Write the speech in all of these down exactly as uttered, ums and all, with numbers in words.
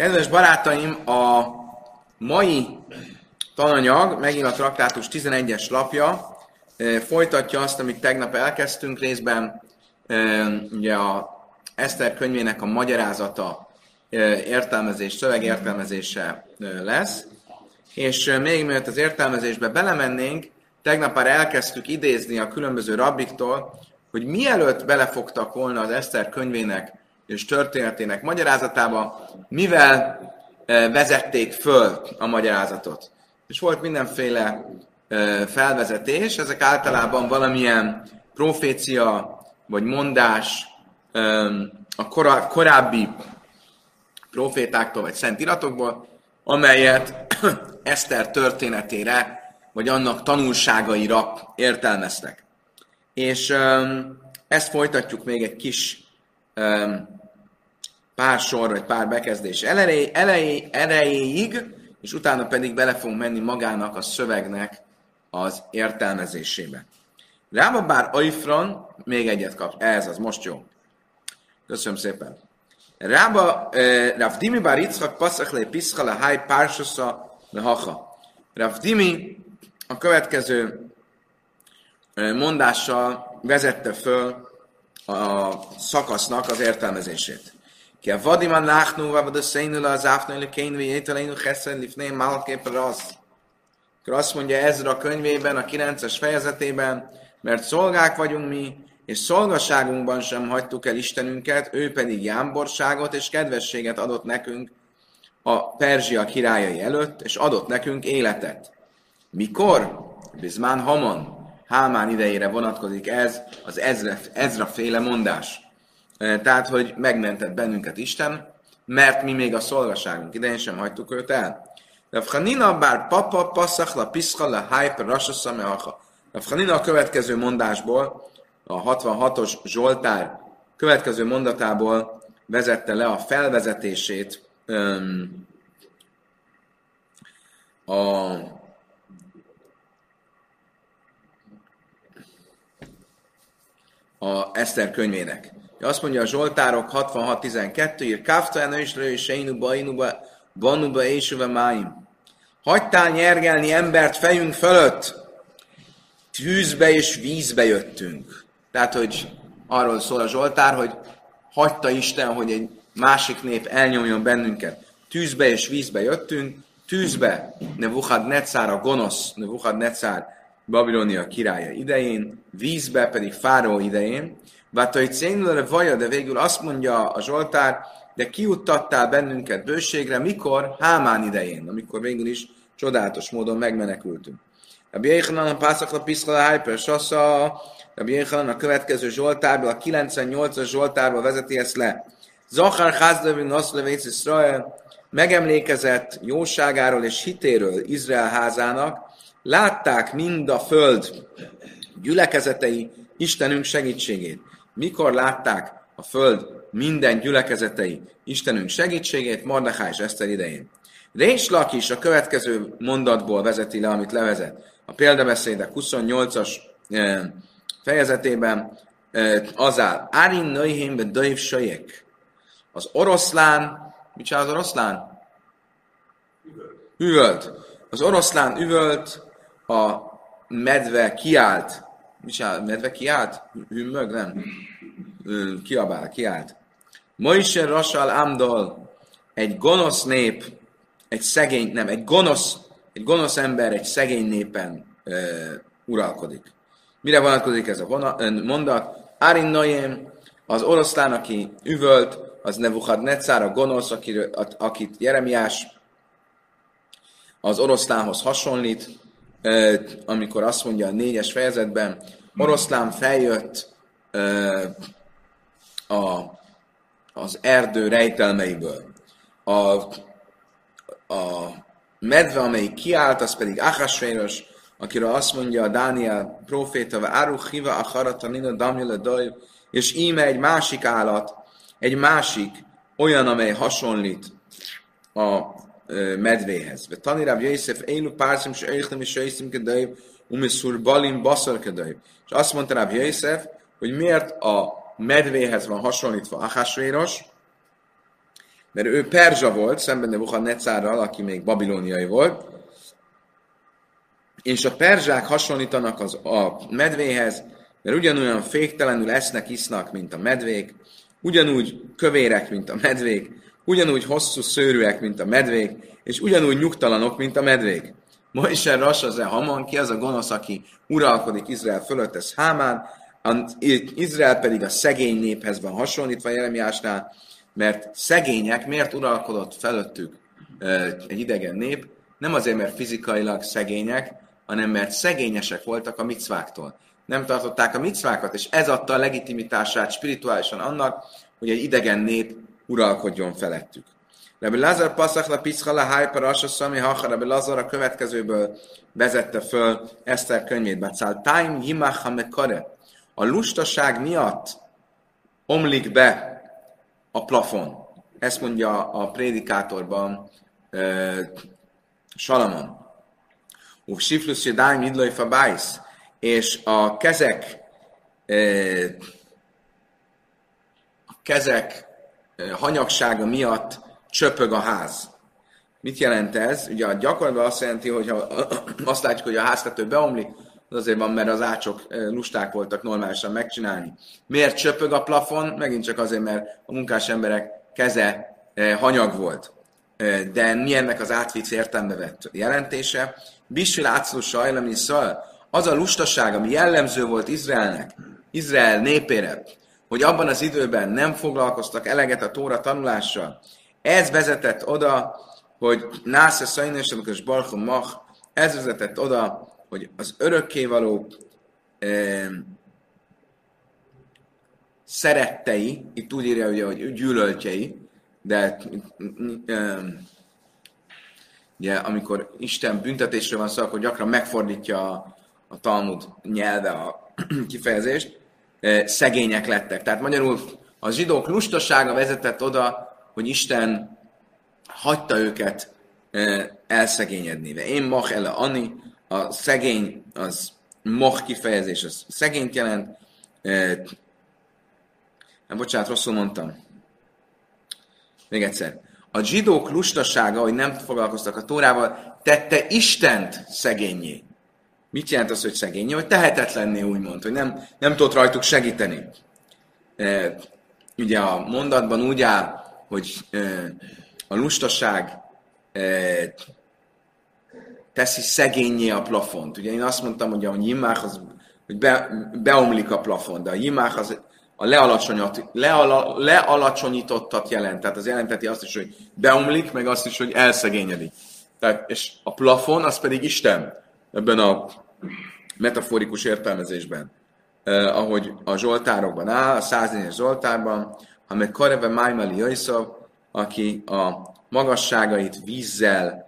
Kedves barátaim, a mai tananyag, megint a traktátus tizenegyes lapja, folytatja azt, amit tegnap elkezdtünk részben, ugye a Eszter könyvének a magyarázata, értelmezés, szövegértelmezése lesz, és még mielőtt az értelmezésbe belemennénk, tegnap már elkezdtük idézni a különböző rabbiktól, hogy mielőtt belefogtak volna az Eszter könyvének és történetének magyarázatába, mivel vezették föl a magyarázatot. És volt mindenféle felvezetés, ezek általában valamilyen profécia vagy mondás a korábbi profétáktól vagy szent iratokból, amelyet Eszter történetére vagy annak tanulságaira értelmeztek. És ezt folytatjuk még egy kis pár sor, vagy pár bekezdés elejé, elejé, erejéig, és utána pedig bele fogunk menni magának a szövegnek az értelmezésébe. Rába bár Aifron, még egyet kap, ez az, most jó. Köszönöm szépen. Rába, Rav Dimi bár Yitzchak passzak le piszka le háj pársosza le hacha. Rav Dimi a következő mondással vezette föl a szakasznak az értelmezését. Ki a vadiman náchnú, vagy a szénül az áfnőle kénvé, jételénül cheszen, lifné, málképpen az. Akkor azt mondja Ezra könyvében, a kilences fejezetében, mert szolgák vagyunk mi, és szolgasságunkban sem hagytuk el Istenünket, ő pedig jámborságot és kedvességet adott nekünk a Perzsia királyai előtt, és adott nekünk életet. Mikor? Bizmán Haman. Hámán idejére vonatkozik ez az Ezra, Ezra féle mondás. Tehát, hogy megmentett bennünket Isten, mert mi még a szolgaságunk idején sem hagytuk őt el. Rav Hanina bár papa passzachla piszkala hájper rassassa mehacha. Rav Hanina a következő mondásból, a hatvanhatos Zsoltár következő mondatából vezette le a felvezetését öm, a a Eszter könyvének. Azt mondja a Zsoltárok hatvanhat tizenkettő, ír Káftána is rő, Seinuba, Inuba, Banuba, Ésuva, Máim. Hagytál nyergelni embert fejünk fölött, tűzbe és vízbe jöttünk. Tehát, hogy arról szól a Zsoltár, hogy hagyta Isten, hogy egy másik nép elnyomjon bennünket. Tűzbe és vízbe jöttünk, tűzbe Nebuchadnezzar a gonosz, Nebuchadnezzar Babilonia királya idején, vízbe pedig Fáraó idején, Vátai cénülre vaja, de végül azt mondja a Zsoltár, de kiuttattál bennünket bőségre, mikor? Hámán idején, amikor végül is csodálatos módon megmenekültünk. Rabbi Jéhanan a Pászakla Piszkala Hájper Sassa, Rabbi Jéhanan a következő Zsoltárból, a kilencvennyolcas Zsoltárból vezeti ezt le. Zachar Cházdevin Naszlevész Iszrael megemlékezett jóságáról és hitéről Izrael házának, látták mind a föld gyülekezetei Istenünk segítségét. Mikor látták a föld minden gyülekezetei Istenünk segítségét? Mordechai és Eszter idején. Rész Lakis a következő mondatból vezeti le, amit levezet. A példabeszédek huszonnyolcas fejezetében az áll. Árin nöjhén be döjv sajek. Az oroszlán, mit csinál az oroszlán? Üvölt. Az oroszlán üvölt, a medve kiált. Mit csinál? A medve kiált? Hümmög? Nem. Kiabál, kiált. Moise Rasal Amdol, egy gonosz nép, egy szegény, nem, egy gonosz, egy gonosz ember egy szegény népen e, uralkodik. Mire vonatkozik ez a vona, mondat? Árin Noém, az oroszlán, aki üvölt, az Nebuchadnezzar, a gonosz, akiről, akit Jeremiás az oroszlánhoz hasonlít, e, amikor azt mondja a négyes fejezetben, oroszlán feljött e, a, az erdő rejtelmeiből. A, a medve, amelyik kiállt, az pedig Ahasvéros, akiről azt mondja a Dániel próféta, Áruch hiva acharata nina damjele daj, és íme egy másik állat, egy másik, olyan, amely hasonlít a ö, medvéhez. Ve tanirab Jézsef, élu párszim, se öjchnem, és öjszim kedajv, umiszur balim, baszar kedajv. És azt mondta Rab Jézsef, hogy miért a medvéhez van hasonlítva Ahasvéros, mert ő perzsa volt, szemben Nebuchadnezzárral, aki még babilóniai volt, és a perzsák hasonlítanak az, a medvéhez, mert ugyanolyan féktelenül esznek, isznak, mint a medvék, ugyanúgy kövérek, mint a medvék, ugyanúgy hosszú szőrűek, mint a medvék, és ugyanúgy nyugtalanok, mint a medvék. Moise Rashaze Haman, ki az a gonosz, aki uralkodik Izrael fölött, ez Hámán, Izrael pedig a szegény néphez van hasonlítva Jeremiásnál, mert szegények, miért uralkodott felöttük egy idegen nép? Nem azért, mert fizikailag szegények, hanem mert szegényesek voltak a micváktól. Nem tartották a micvákat, és ez adta a legitimitását spirituálisan annak, hogy egy idegen nép uralkodjon felettük. Rabbi Lazar Paszachla Piszhala Hájpar Asasami Hacha, Rabbi Lazar a következőből vezette föl Eszter könyvét. Bacál Táim Yimacha Mekare. A lustaság miatt omlik be a plafon. Ezt mondja a prédikátorban uh, Salamon. Uf Siflus Jedáim Idloi Fabájsz. És a kezek uh, a kezek uh, hanyagsága miatt csöpög a ház. Mit jelent ez? Ugye gyakorlatban azt jelenti, hogy ha azt látjuk, hogy a háztető beomlik, az azért van, mert az ácsok lusták voltak normálisan megcsinálni. Miért csöpög a plafon? Megint csak azért, mert a munkás emberek keze hanyag volt. De mi ennek az átvitt értelme vett jelentése? Bisfil átszló sajlami szal, az a lustaság, ami jellemző volt Izraelnek, Izrael népére, hogy abban az időben nem foglalkoztak eleget a Tóra tanulással, ez vezetett oda, hogy Násze Szainésen, és Barchum Mach, ez vezetett oda, hogy az örökkévaló eh, szerettei, itt úgy írja, ugye, hogy gyűlöltjei, de eh, ugye, amikor Isten büntetésről van szó, akkor gyakran megfordítja a, a Talmud nyelve a kifejezést, eh, szegények lettek. Tehát magyarul a zsidók lustasága vezetett oda, hogy Isten hagyta őket elszegényedni. Én mach ele ani, a szegény, az mach kifejezés, az szegényt jelent. Nem, bocsánat, rosszul mondtam. Még egyszer. A zsidók lustasága, hogy nem foglalkoztak a Tórával, tette Istent szegényé. Mit jelent az, hogy szegényé? Hogy tehetetlenné, úgymond, hogy nem, nem tudott rajtuk segíteni. Ugye a mondatban úgy áll, hogy a lustaság teszi szegényé a plafont. Ugye én azt mondtam, hogy a jimách az, hogy be, beomlik a plafon, de a jimách az a leala, lealacsonyítottat jelent. Tehát az jelenteti azt is, hogy beomlik, meg azt is, hogy elszegényedik. Tehát, és a plafon az pedig Isten ebben a metaforikus értelmezésben. Eh, ahogy a Zsoltárokban áll, a száznégyes Zsoltárban, ha meg Kareve Májmali Jöjszav, aki a magasságait vízzel,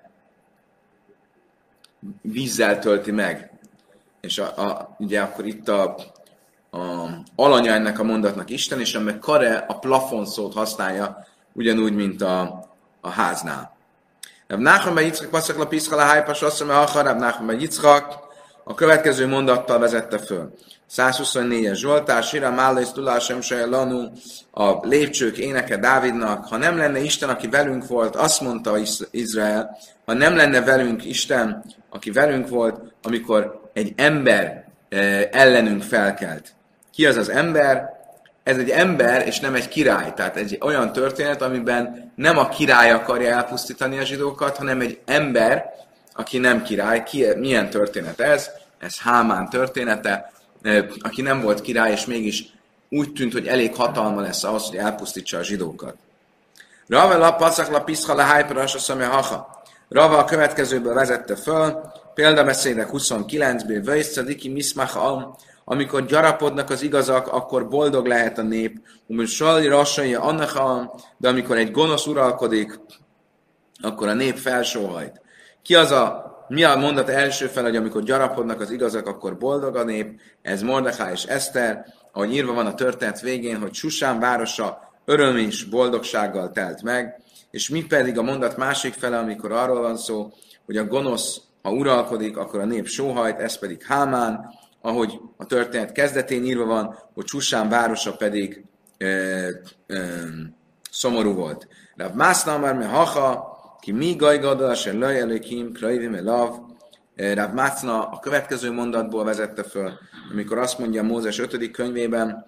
vízzel tölti meg. És a, a, ugye akkor itt a, a alanya ennek a mondatnak Isten, és meg Kare a plafon szót használja, ugyanúgy, mint a, a háznál. Rab Nachman ben Yitzchak Paszakla Piszkala Hájpas Asszam Achar, Rab Nachman ben Yitzchak a következő mondattal vezette föl. százhuszonnégyes Zsoltár, Sira Mállais Tulásem Lanu, a lépcsők éneke Dávidnak, ha nem lenne Isten, aki velünk volt, azt mondta Izrael, ha nem lenne velünk Isten, aki velünk volt, amikor egy ember ellenünk felkelt. Ki az az ember? Ez egy ember, és nem egy király. Tehát egy olyan történet, amiben nem a király akarja elpusztítani a zsidókat, hanem egy ember, aki nem király. Ki, milyen történet ez? Ez Hámán története, aki nem volt király, és mégis úgy tűnt, hogy elég hatalma lesz ahhoz, hogy elpusztítsa a zsidókat. Rava la paszakla piszhala hájparas a szame haha. Rava a következőből vezette föl, példabeszédek huszonkilencből, vajszadiki miszmacha, amikor gyarapodnak az igazak, akkor boldog lehet a nép, umsali rassai annak, de amikor egy gonosz uralkodik, akkor a nép felsóhajt. Ki az a Mi a mondat első fel, hogy amikor gyarapodnak az igazak, akkor boldog a nép? Ez Mordechai és Eszter, ahogy írva van a történet végén, hogy Susán városa öröm és boldogsággal telt meg, és mi pedig a mondat másik fele, amikor arról van szó, hogy a gonosz, ha uralkodik, akkor a nép sóhajt, ez pedig Hámán, ahogy a történet kezdetén írva van, hogy Susán városa pedig ö, ö, szomorú volt. Rav Mászna már me haha, ki mi gajgadal, se laj előkim, krajvim elav. Rav Mászna a következő mondatból vezette föl, amikor azt mondja Mózes ötödik könyvében,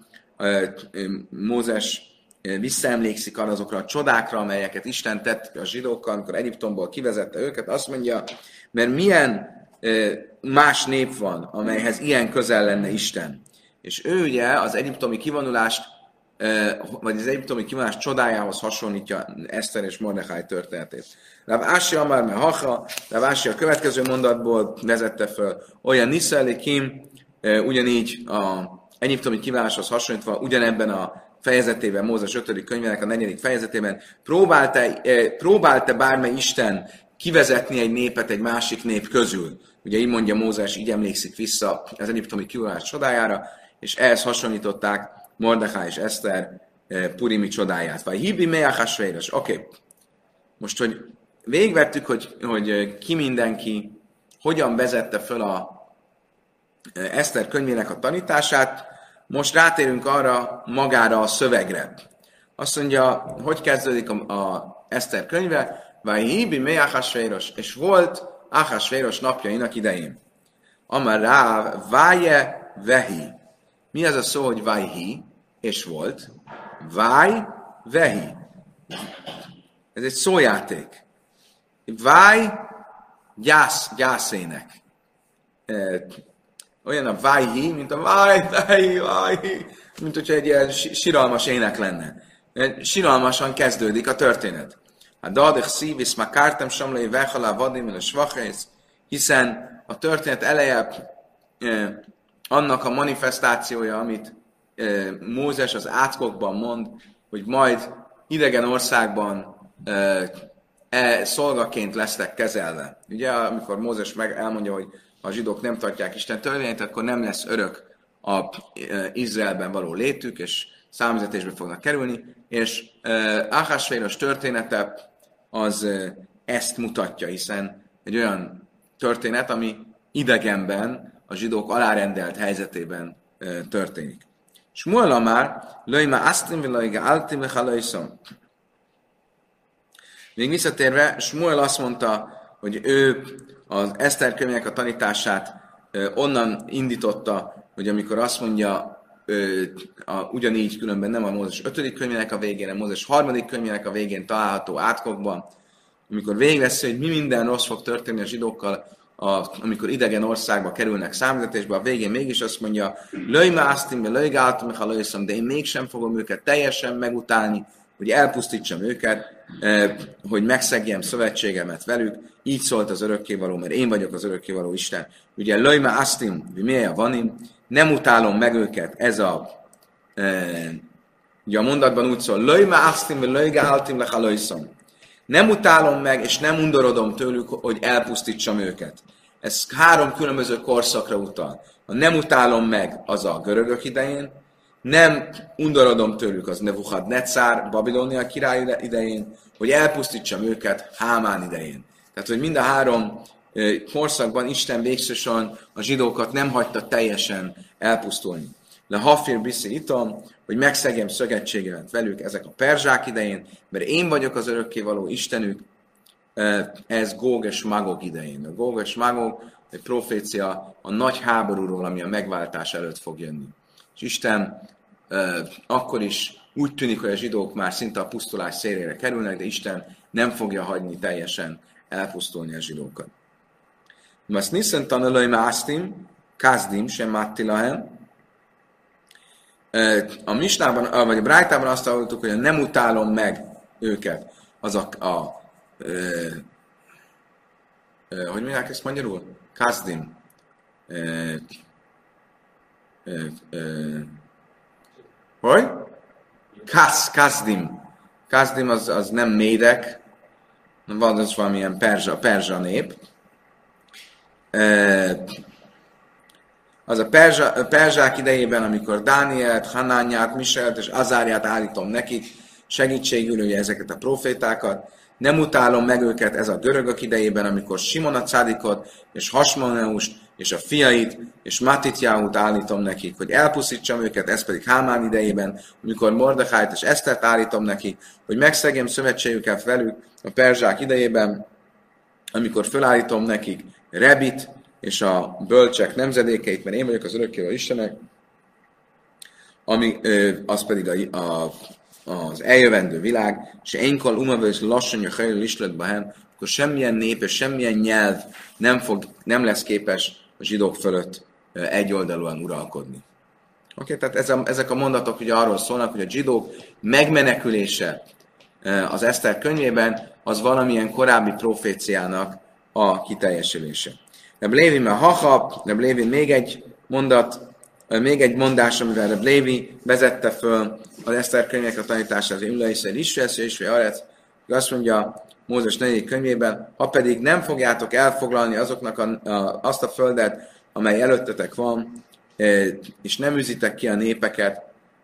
Mózes visszaemlékszik arra azokra a csodákra, amelyeket Isten tett a zsidókkal, amikor Egyiptomból kivezette őket, azt mondja, mert milyen más nép van, amelyhez ilyen közel lenne Isten. És ő ugye az egyiptomi kivonulást, vagy az egyiptomi kivonulás csodájához hasonlítja Eszter és Mordechai történetét. Rav Ási Amar me hacha, Rav Ási a következő mondatból vezette föl, olyan Niszelikim, ugyanígy az egyiptomi kivonuláshoz hasonlítva, ugyanebben a fejezetében, Mózes ötödik könyvének a negyedik fejezetében, próbálta, próbálta bármely Isten kivezetni egy népet egy másik nép közül. Ugye így mondja Mózes, így emlékszik vissza az egyiptomi kivonulás csodájára, és ehhez hasonlították Mordechai és Eszter purimi csodáját. Vagy hibi meachasvéros. Oké. Okay. Most, hogy végigvettük, hogy, hogy ki mindenki hogyan vezette föl a Eszter könyvének a tanítását, most rátérünk arra magára a szövegre. Azt mondja, hogy kezdődik a, a Eszter könyve, vagy hibi meachasvéros, és volt Ahasvéros napjainak idején. Amar ráv, váje vehi. Mi az a szó, hogy vájhi, és volt? Váj, vehi. Ez egy szójáték. Váj, gyász, gyászének. E, olyan a vájhi, mint a váj, vehi, vájhi, mint hogyha egy ilyen siralmas ének lenne. Siralmasan kezdődik a történet. A dadich szívisz ma kártem samlai vechalá vadim a svachész, hiszen a történet eleje e, annak a manifestációja, amit e, Mózes az átkokban mond, hogy majd idegen országban e, e, szolgaként lesznek kezelve. Ugye, amikor Mózes meg elmondja, hogy ha a zsidók nem tartják Isten törvényét, akkor nem lesz örök a e, Izraelben való létük, és számüzetésbe fognak kerülni, és e, Ahasvéros története az e, ezt mutatja, hiszen egy olyan történet, ami idegenben, a zsidók alárendelt helyzetében e, történik. Smuel már, löjma asztim vilajga altim lechalajszom. Még visszatérve, Smuel azt mondta, hogy ő az Eszter könyvének a tanítását e, onnan indította, hogy amikor azt mondja, ö, a, ugyanígy különben nem a Mózes ötödik könyvének a végén, a Mózes harmadik könyvének a végén található átkokban, amikor végigveszi, hogy mi minden rossz fog történni a zsidókkal, a, amikor idegen országba kerülnek számüzetésbe, a végén mégis azt mondja, löjme asztimbe, löjgáltam, ha löjszom, de én mégsem fogom őket teljesen megutálni, hogy elpusztítsam őket, eh, hogy megszegjem szövetségemet velük, így szólt az örökkévaló, mert én vagyok az örökkévaló Isten. Ugye löjme asztim, vimélye vanim, nem utálom meg őket, ez a eh, ugye a mondatban úgy szól, löjme asztim, löjgáltam, ha löjszom. Nem utálom meg, és nem undorodom tőlük, hogy elpusztítsam őket. Ez három különböző korszakra utal. A nem utálom meg, az a görögök idején, nem undorodom tőlük, az Nebuchadnezzar, Babilónia király idején, hogy elpusztítsam őket Hámán idején. Tehát, hogy mind a három korszakban Isten végsősorban a zsidókat nem hagyta teljesen elpusztulni. Le hafir biszi itom, hogy megszegjem szövetségemet velük, ezek a perzsák idején, mert én vagyok az örökkévaló Istenük, ez Góg és Magog idején. A Góg és Magog egy profécia a nagy háborúról, ami a megváltás előtt fog jönni. És Isten akkor is úgy tűnik, hogy a zsidók már szinte a pusztulás szélére kerülnek, de Isten nem fogja hagyni teljesen elpusztulni a zsidókat. Mas niszent tanulói másztim, kázdim, sem máttilahem. A Misnában, vagy a Brájtában azt hallottuk, hogy nem utálom meg őket. Az a, a ö, ö, hogy mondják ezt magyarul? Kázdim. Ö, ö, ö, hogy? Kász, kázdim. Kázdim az, az nem médek, van az valamilyen perzsa, perzsa nép. Ö, az a perzsa, perzsák idejében, amikor Dánielt, Hanányát, Miselt és Azáriát állítom nekik, segítségül ugye ezeket a profétákat, nem utálom meg őket, ez a görögök idejében, amikor Simon a Cádikot és Hasmoneust és a fiait, és Matitjáhut állítom nekik, hogy elpusztítsam őket, ez pedig Hámán idejében, amikor Mordekájt és Esztert állítom nekik, hogy megszegjem szövetségüket velük a perzsák idejében, amikor felállítom nekik Rebit és a bölcsek nemzedékeit, mert én vagyok az örökkévaló Istenek, ami, az pedig a, a, az eljövendő világ, és énkal umavő és lassan a hajlő isletben, akkor semmilyen nép és semmilyen nyelv nem, fog, nem lesz képes a zsidók fölött egyoldalúan uralkodni. Oké, okay, tehát ez a, ezek a mondatok ugye arról szólnak, hogy a zsidók megmenekülése az Eszter könyvében az valamilyen korábbi proféciának a kiteljesülése. Reb Lévi már haha, Reb Lévi még egy mondat, még egy mondás, amivel Reb Lévi vezette föl az Eszter könyvek a tanítását, hogy Ülőiszer Isvesz, és Arec, azt mondja Mózes negyedik könyvében, ha pedig nem fogjátok elfoglalni azoknak a, a, azt a földet, amely előttetek van, és nem üzitek ki a népeket,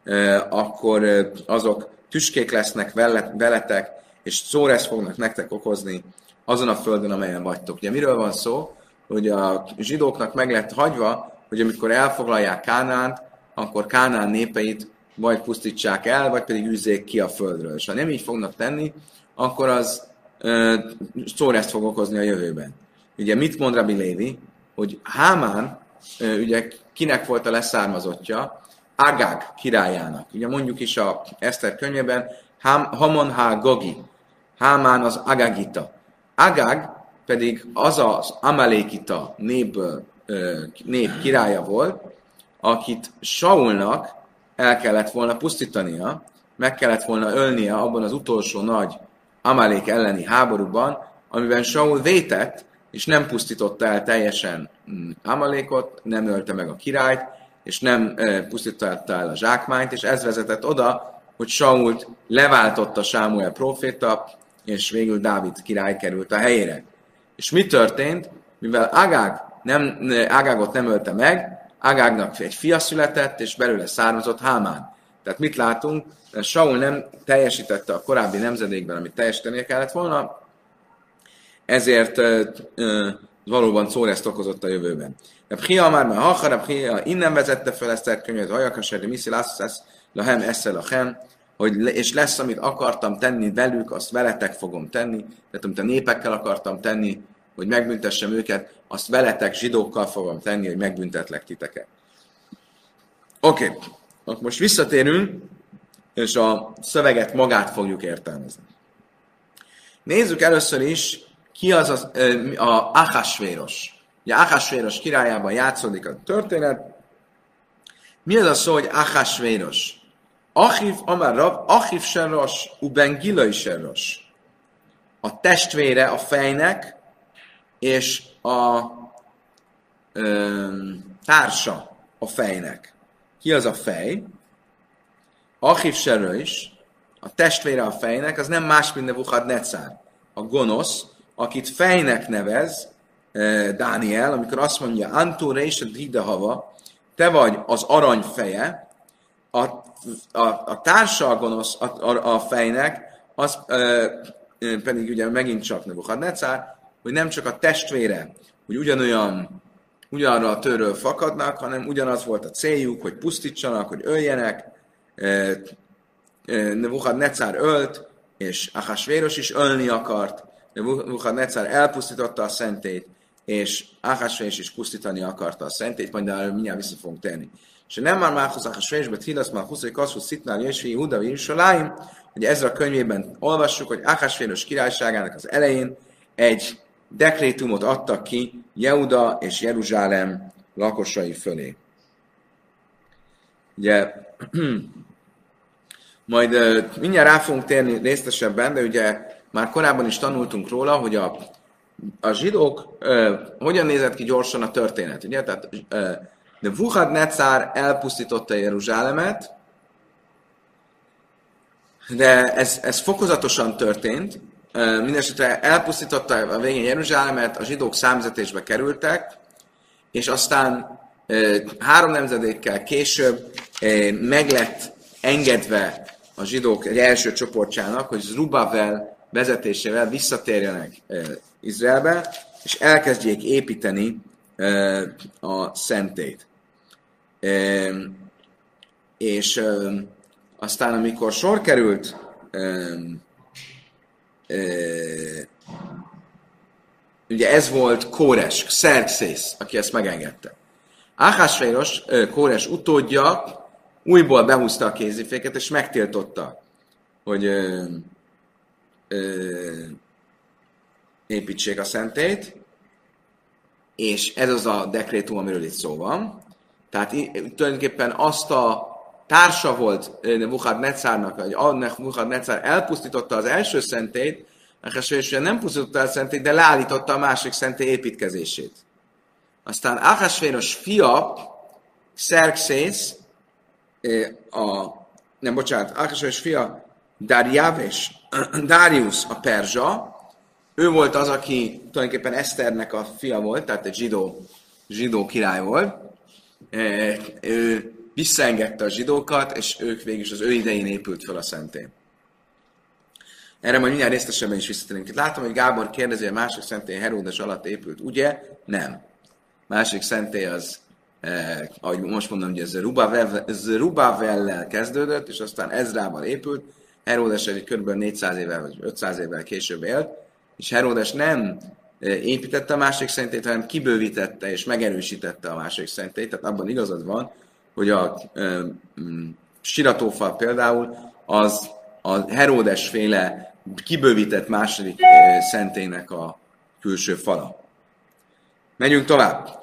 akkor azok tüskék lesznek veletek, és szóresz fognak nektek okozni azon a földön, amelyen vagytok. Ugye miről van szó? Hogy a zsidóknak meg lett hagyva, hogy amikor elfoglalják Kánánt, akkor Kánán népeit vagy pusztítsák el, vagy pedig üzzék ki a földről. És ha nem így fognak tenni, akkor az uh, szóreszt fog okozni a jövőben. Ugye mit mond Rabbi Lévi? Hogy Hámán, uh, ugye kinek volt a leszármazottja? Agag királyának. Ugye mondjuk is a Eszter könyvében, Hamon ha Gogi. Hámán az Agagita. Agag pedig az az Amalékita népből, nép királya volt, akit Saulnak el kellett volna pusztítania, meg kellett volna ölnie abban az utolsó nagy Amalék elleni háborúban, amiben Saul vétett, és nem pusztította el teljesen Amalékot, nem ölte meg a királyt, és nem pusztította el a zsákmányt, és ez vezetett oda, hogy Sault leváltotta Sámuel próféta, és végül Dávid király került a helyére. És mi történt? Mivel Agag nem, Agagot nem ölte meg, Agagnak egy fia született, és belőle származott Hámán. Tehát mit látunk? Saul nem teljesítette a korábbi nemzedékben, amit teljesítenie kellett volna, ezért ö, ö, valóban szóreszt okozott a jövőben. A Pchia már már hachar, a Pchia innen vezette fel ezt a könyvet, a Hajakaseri Miszi Lászlász, Lahem Eszel Lachem, hogy és lesz, amit akartam tenni velük, azt veletek fogom tenni, tehát amit a népekkel akartam tenni, hogy megbüntessem őket, azt veletek, zsidókkal fogom tenni, hogy megbüntetlek titeket. Oké, okay. Akkor most visszatérünk, és a szöveget magát fogjuk értelmezni. Nézzük először is, ki az az, a Ahasvéros. Ugye Ahasvéros királyában játszódik a történet. Mi az a szó, hogy Ahasvéros? Achiv Amar Rav, Achiv Serros, Uben Gilai Serros. A testvére a fejnek, és a ö, társa a fejnek. Ki az a fej? Achiv Serros, a testvére a fejnek, az nem más, mint Nebuchadnezzar. A gonosz, akit fejnek nevez Dániel, amikor azt mondja, Antó Reised Hidehava, te vagy az arany feje, a, a, a társa a gonosz a, a, a fejnek, az ö, pedig ugye megint csak Nebuchadnezzar, hogy nem csak a testvére, hogy ugyanolyan, ugyanarra a tőről fakadnak, hanem ugyanaz volt a céljuk, hogy pusztítsanak, hogy öljenek. Nebuchadnezzar ölt, és Ahasvéros is ölni akart. Nebuchadnezzar elpusztította a szentét, és Ahasvéros is pusztítani akarta a szentét, majd erről mindjárt vissza fogunk térni. És nem már Mához Ahasvéros, bet Hidasz már huszai Kaszhusz Szitnál Jösvi Júda Virsaláim, hogy ezzel a könyvében olvassuk, hogy Ahasvéros királyságának az elején egy dekrétumot adtak ki Jeuda és Jeruzsálem lakosai fölé. Ugye, majd uh, mindjárt rá fogunk térni részletesebben, de ugye már korábban is tanultunk róla, hogy a, a zsidók uh, hogyan nézett ki gyorsan a történet. Ugye? Tehát uh, Nebuchadnezzar elpusztította Jeruzsálemet, de ez, ez fokozatosan történt. Uh, Mindenesetre elpusztította a végén Jeruzsálemet, a zsidók számzetésbe kerültek, és aztán uh, három nemzedékkel később uh, meg lett engedve a zsidók egy első csoportjának, hogy Zrubavel vezetésével visszatérjenek uh, Izraelbe, és elkezdjék építeni a szentét. És aztán, amikor sor került ugye ez volt Kóres, Xerxész, aki ezt megengedte. Ahasvéros, Kóres utódja újból behúzta a kéziféket, és megtiltotta, hogy ö, ö, építsék a szentét, és ez az a dekrétum, amiről itt szó van. Tehát tulajdonképpen azt a társa volt Nebuchadnezzárnak, vagy Nebuchadnezzár elpusztította az első szentét, Ahasvéros nem pusztította el a szentét, de leállította a másik szentély építkezését. Aztán Ahasvéros fia, Xerxész, a, nem, bocsánat, Ahasvéros fia, Darius, Darius a perzsa, ő volt az, aki tulajdonképpen Eszternek a fia volt, tehát egy zsidó, zsidó király volt. Ő visszaengedte a zsidókat, és ők végül az ő idején épült fel a szentély. Erre majd mindjárt részletesebben is visszatérünk. Itt látom, hogy Gábor kérdezi, hogy a másik szentély Heródes alatt épült. Ugye? Nem. Másik szentély az, eh, ahogy most mondom, hogy ez Zerubávellel kezdődött, és aztán Ezrával épült. Heródes egy kb. négyszáz évvel vagy ötszáz évvel később élt, és Heródes nem építette a másik szentélyt, hanem kibővítette és megerősítette a másik szentélyt. Tehát abban igazad van, hogy a e, siratófal például az a Heródes féle kibővített második e, szentélynek a külső fala. Megyünk tovább.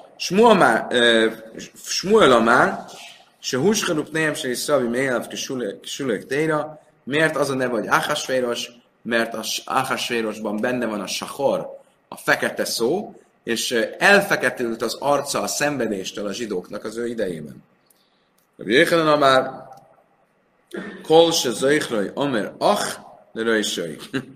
Smuel Amár, se húskaruk nejem se is szavi mélyelv kisülök téra. Miért az a neve, hogy Ahasvéros? Mert az Ahasvérosban benne van a sahor, a fekete szó, és elfeketült az arca a szenvedéstől a zsidóknak az ő idejében. Jéhelen Amár, kol se zöjhröj omer ach, de röjsöj.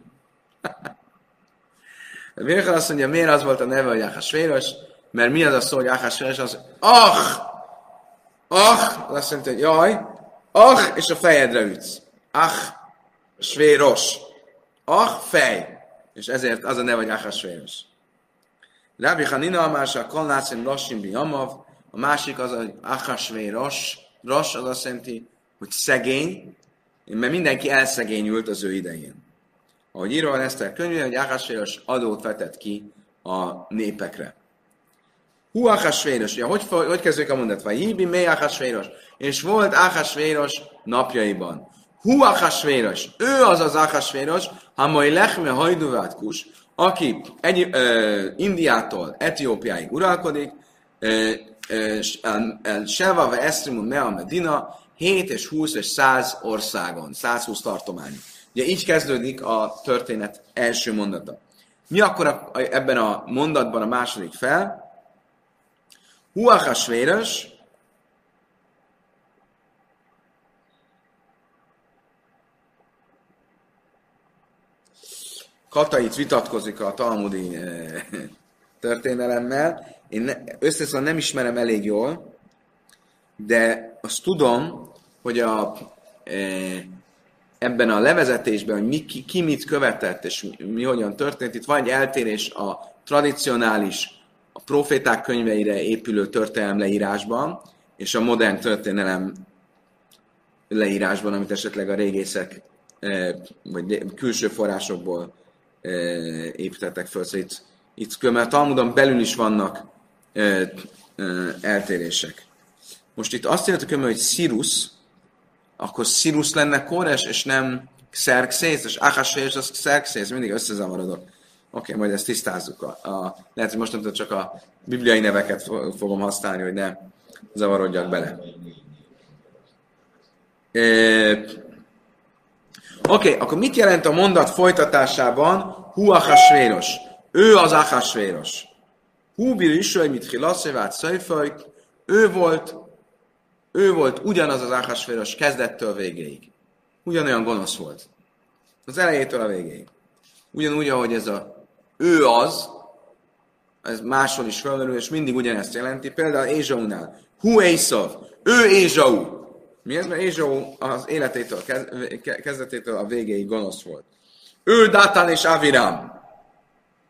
Jéhelen azt mondja, miért az volt a neve, hogy Ahasvéros? Mert mi az a szó, hogy Ahasvéros? Az ach! Ach! Az azt mondja, hogy jaj, ach, és a fejedre ütsz. Ach, svéros. Ach, fej. És ezért az a neve, hogy Ahasvéros. Rabbi Hanina Amása, Kolnácim Rosim Biamav, a másik az, hogy Ahasvéros. Ros az azt jelenti, hogy szegény, mert mindenki elszegényült az ő idején. Ahogy írva van Eszter könyvében, hogy Ahasvéros adót vetett ki a népekre. Hú Ahasvéros, ugye, hogy, hogy kezdődik a mondat? Vagy híbi mely Ahasvéros? És volt Ahasvéros napjaiban. Hú Ahasvéros, ő az az Ahasvéros, ha mai lechme hajduvát kus, aki egy, ö, Indiától Etiópiáig uralkodik, Seva ve Esztrimun Mea Medina, hét és húsz és száz országon, száz húsz tartomány. Ugye így kezdődik a történet első mondata. Mi akkor a, a, ebben a mondatban a második fel? Hú Ahasvéros, Kata itt vitatkozik a talmudi eh, történelemmel. Én ne, összeszóval nem ismerem elég jól, de azt tudom, hogy a, eh, ebben a levezetésben, hogy mi, ki, ki mit követett, és mi, mi hogyan történt, itt van egy eltérés a tradicionális, a proféták könyveire épülő történelem leírásban, és a modern történelem leírásban, amit esetleg a régészek, eh, vagy külső forrásokból építettek föl. Szóval itt, itt mert a Talmudon belül is vannak ö, ö, eltérések. Most itt azt írtuk, hogy Cyrus, akkor Cyrus lenne Kóres, és nem Xerxész, és Ahasvéros az Xerxész, mindig összezavarodok. Oké, okay, majd ezt tisztázzuk. A, a, lehet, hogy most nem csak a bibliai neveket fogom használni, hogy ne zavarodjak bele. E, Oké, okay, akkor mit jelent a mondat folytatásában Hú Ahasvéros? Ő az Ahasvéros. Hú birisöj, mit hilaszévát szöjföjk, ő volt, ő volt ugyanaz az Ahasvéros kezdettől végéig. Ugyanolyan gonosz volt. Az elejétől a végéig. Ugyanúgy, ahogy ez a ő az, ez máshol is felmerül, és mindig ugyanezt jelenti. Például Ézsaunál. Hú Észav, ő Ézsau. Mi ez? Mert Ézsau az életétől, kezdetétől a végéig gonosz volt. Ő Dátán és Aviram.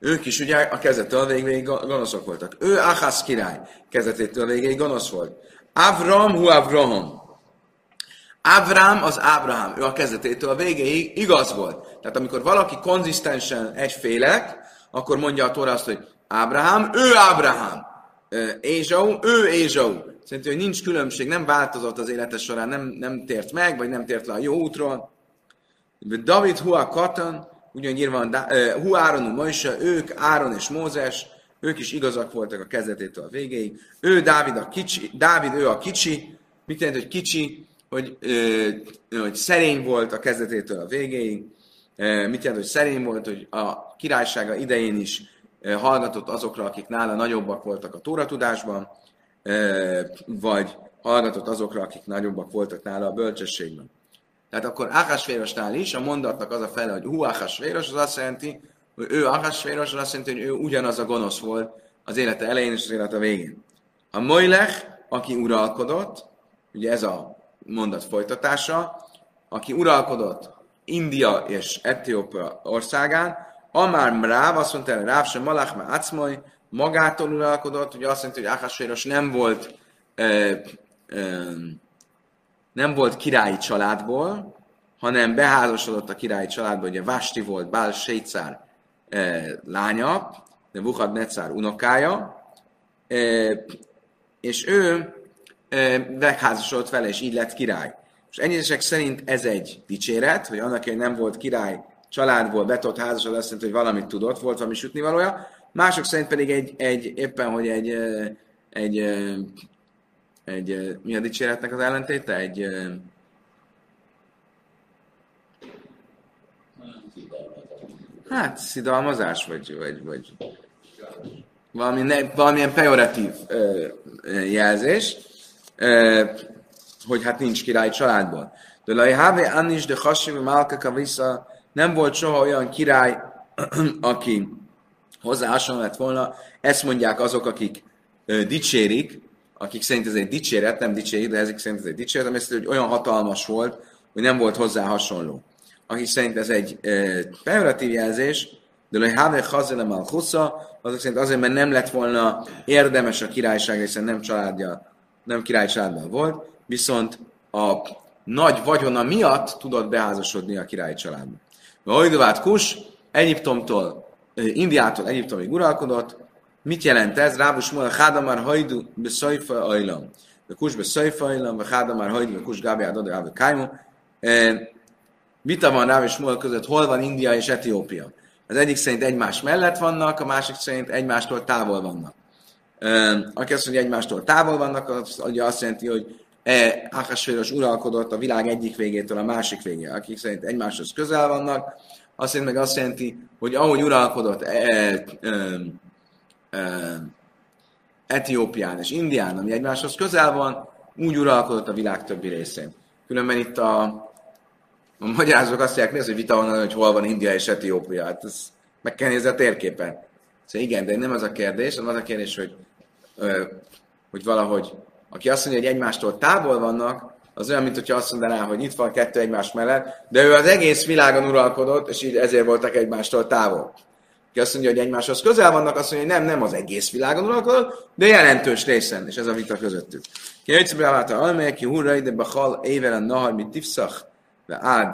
Ők is ugye a kezdettől végéig gonoszok voltak. Ő Achasz király kezdetétől végéig gonosz volt. Avram hu Avraham. Avram az Ábrahám, ő a kezdetétől a végéig igaz volt. Tehát amikor valaki konzisztensen egyfélek, akkor mondja a Tóra azt, hogy Ábrahám, ő Ábrahám. Ézsau, ő Ézsau. Szerintem, hogy nincs különbség, nem változott az élete során, nem, nem tért meg, vagy nem tért le a jó útról. David hu a Katan, ugyan nyilván hu Áron, hu Mojse, ők, Áron és Mózes, ők is igazak voltak a kezdetétől a végéig. Ő Dávid a kicsi, Dávid ő a kicsi, mit jelent, hogy kicsi? Hogy, ö, hogy szerény volt a kezdetétől a végéig. E, mit jelent, hogy szerény volt, hogy a királysága idején is e, hallgatott azokra, akik nála nagyobbak voltak a tóratudásban, e, vagy hallgatott azokra, akik nagyobbak voltak nála a bölcsességben. Tehát akkor Ahasvérosnál is a mondatnak az a fele, hogy hú Ahasvéros, az azt jelenti, hogy ő Ahasvéros, az azt jelenti, hogy ő ugyanaz a gonosz volt az élete elején és az élete végén. A Mojlech, aki uralkodott, ugye ez a mondat folytatása, aki uralkodott India és Etiópia országán, Amár Mráv, azt mondta erre Ráv sem Malach, már Acmoly, magától uralkodott, ugye azt mondta, hogy Ahasvéros nem volt ö, ö, nem volt királyi családból, hanem beházasodott a királyi családba, ugye Vásti volt, Bál Sécár ö, lánya, de Vuhadnecár unokája, ö, és ő megházasodott vele, és így lett király. És ennyisek szerint ez egy dicséret, hogy annak, hogy nem volt király családból betott házasod, azt jelenti, hogy valamit tudott, volt valami sütnivalója. Mások szerint pedig egy, egy éppen, hogy egy, egy, egy, egy mi a dicséretnek az ellentéte? Egy hát szidalmazás, vagy, vagy, vagy valami ne, valamilyen pejoratív jelzés, hogy hát nincs király családból. De laj hávé annis de hasim málka kavisza, nem volt soha olyan király, aki hozzá hasonló lett volna. Ezt mondják azok, akik ö, dicsérik, akik szerint ez egy dicséret, nem dicsérik, de ezek szerint ez egy dicséret, ami azt, hogy olyan hatalmas volt, hogy nem volt hozzá hasonló. Akik szerint ez egy ö, pejoratív jelzés, de laj hávé hazelem al husza, azok szerint azért, mert nem lett volna érdemes a királyság, hiszen nem családja, nem király családban volt, viszont a nagy vagyona miatt tudott beházasodni a királyi családba. A Hajduvát Kus Egyiptomtól, Indiától Egyiptomig uralkodott. Mit jelent ez? Rábus Mola Hádamár Hajdu beszajfa ajlam. A Kus beszajfa ajlam, a Hádamár Hajdu, a Kus Gábiád Adai Áve Kájmu. Vita van Rábus Mola között, hol van India és Etiópia. Az egyik szerint egymás mellett vannak, a másik szerint egymástól távol vannak. Aki azt mondja, egymástól távol vannak, az ugye azt jelenti, hogy E, Ahasvéros uralkodott a világ egyik végétől a másik végére. Akik szerint egymáshoz közel vannak, azt meg azt jelenti, hogy ahogy uralkodott e, e, e, Etiópián és Indián, ami egymáshoz közel van, úgy uralkodott a világ többi részén. Különben itt a, a magyarázók azt mondják, nézd, hogy vita van, hogy hol van India és Etiópia. Hát ezt meg kell nézni a térképen. Szóval igen, de nem az a kérdés, hanem az a kérdés, hogy, hogy valahogy aki azt mondja, hogy egymástól távol vannak, az olyan, mint hogyha azt mondaná, hogy itt van kettő egymás mellett, de ő az egész világon uralkodott, és így ezért voltak egymástól távol. Aki azt mondja, hogy egymáshoz közel vannak, azt mondja, hogy nem, nem az egész világon uralkodott, de jelentős részen, és ez a vita közöttük. Ki jöjjtsz be a almelyek, ki hurra ide bechal évelen nahar, mit tifszach, de ád.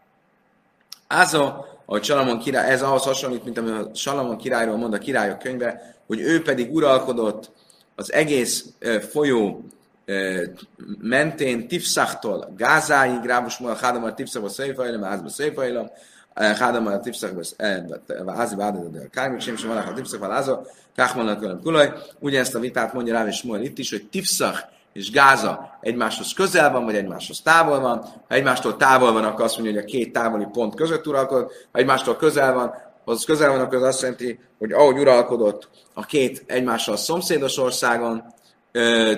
Ázo, ahogy Salamon király, ez ahhoz hasonlít, mint amit a Salamon királyról mond a Királyok könyve, hogy ő pedig uralkodott az egész uh, folyó uh, mentén Tifszachtól Gázáig, Rábus Mola Hádamar Tifszakba Széfajlam, Ázba Széfajlam, Hádamar Tifszakba Ázba Ádba Kájmik, sem sem Malach Tifszakba Lázó, Káhmannak velem Kulaj. Ugyanezt a vitát mondja Ráv és Mola itt is, hogy Tifszak és Gáza egymáshoz közel van, vagy egymáshoz távol van. Ha egymástól távol van, akkor azt mondja, hogy a két távoli pont között uralkodott. Ha egymástól közel van, az közel van, akkor az azt jelenti, hogy ahogy uralkodott a két egymással szomszédos országon, ö,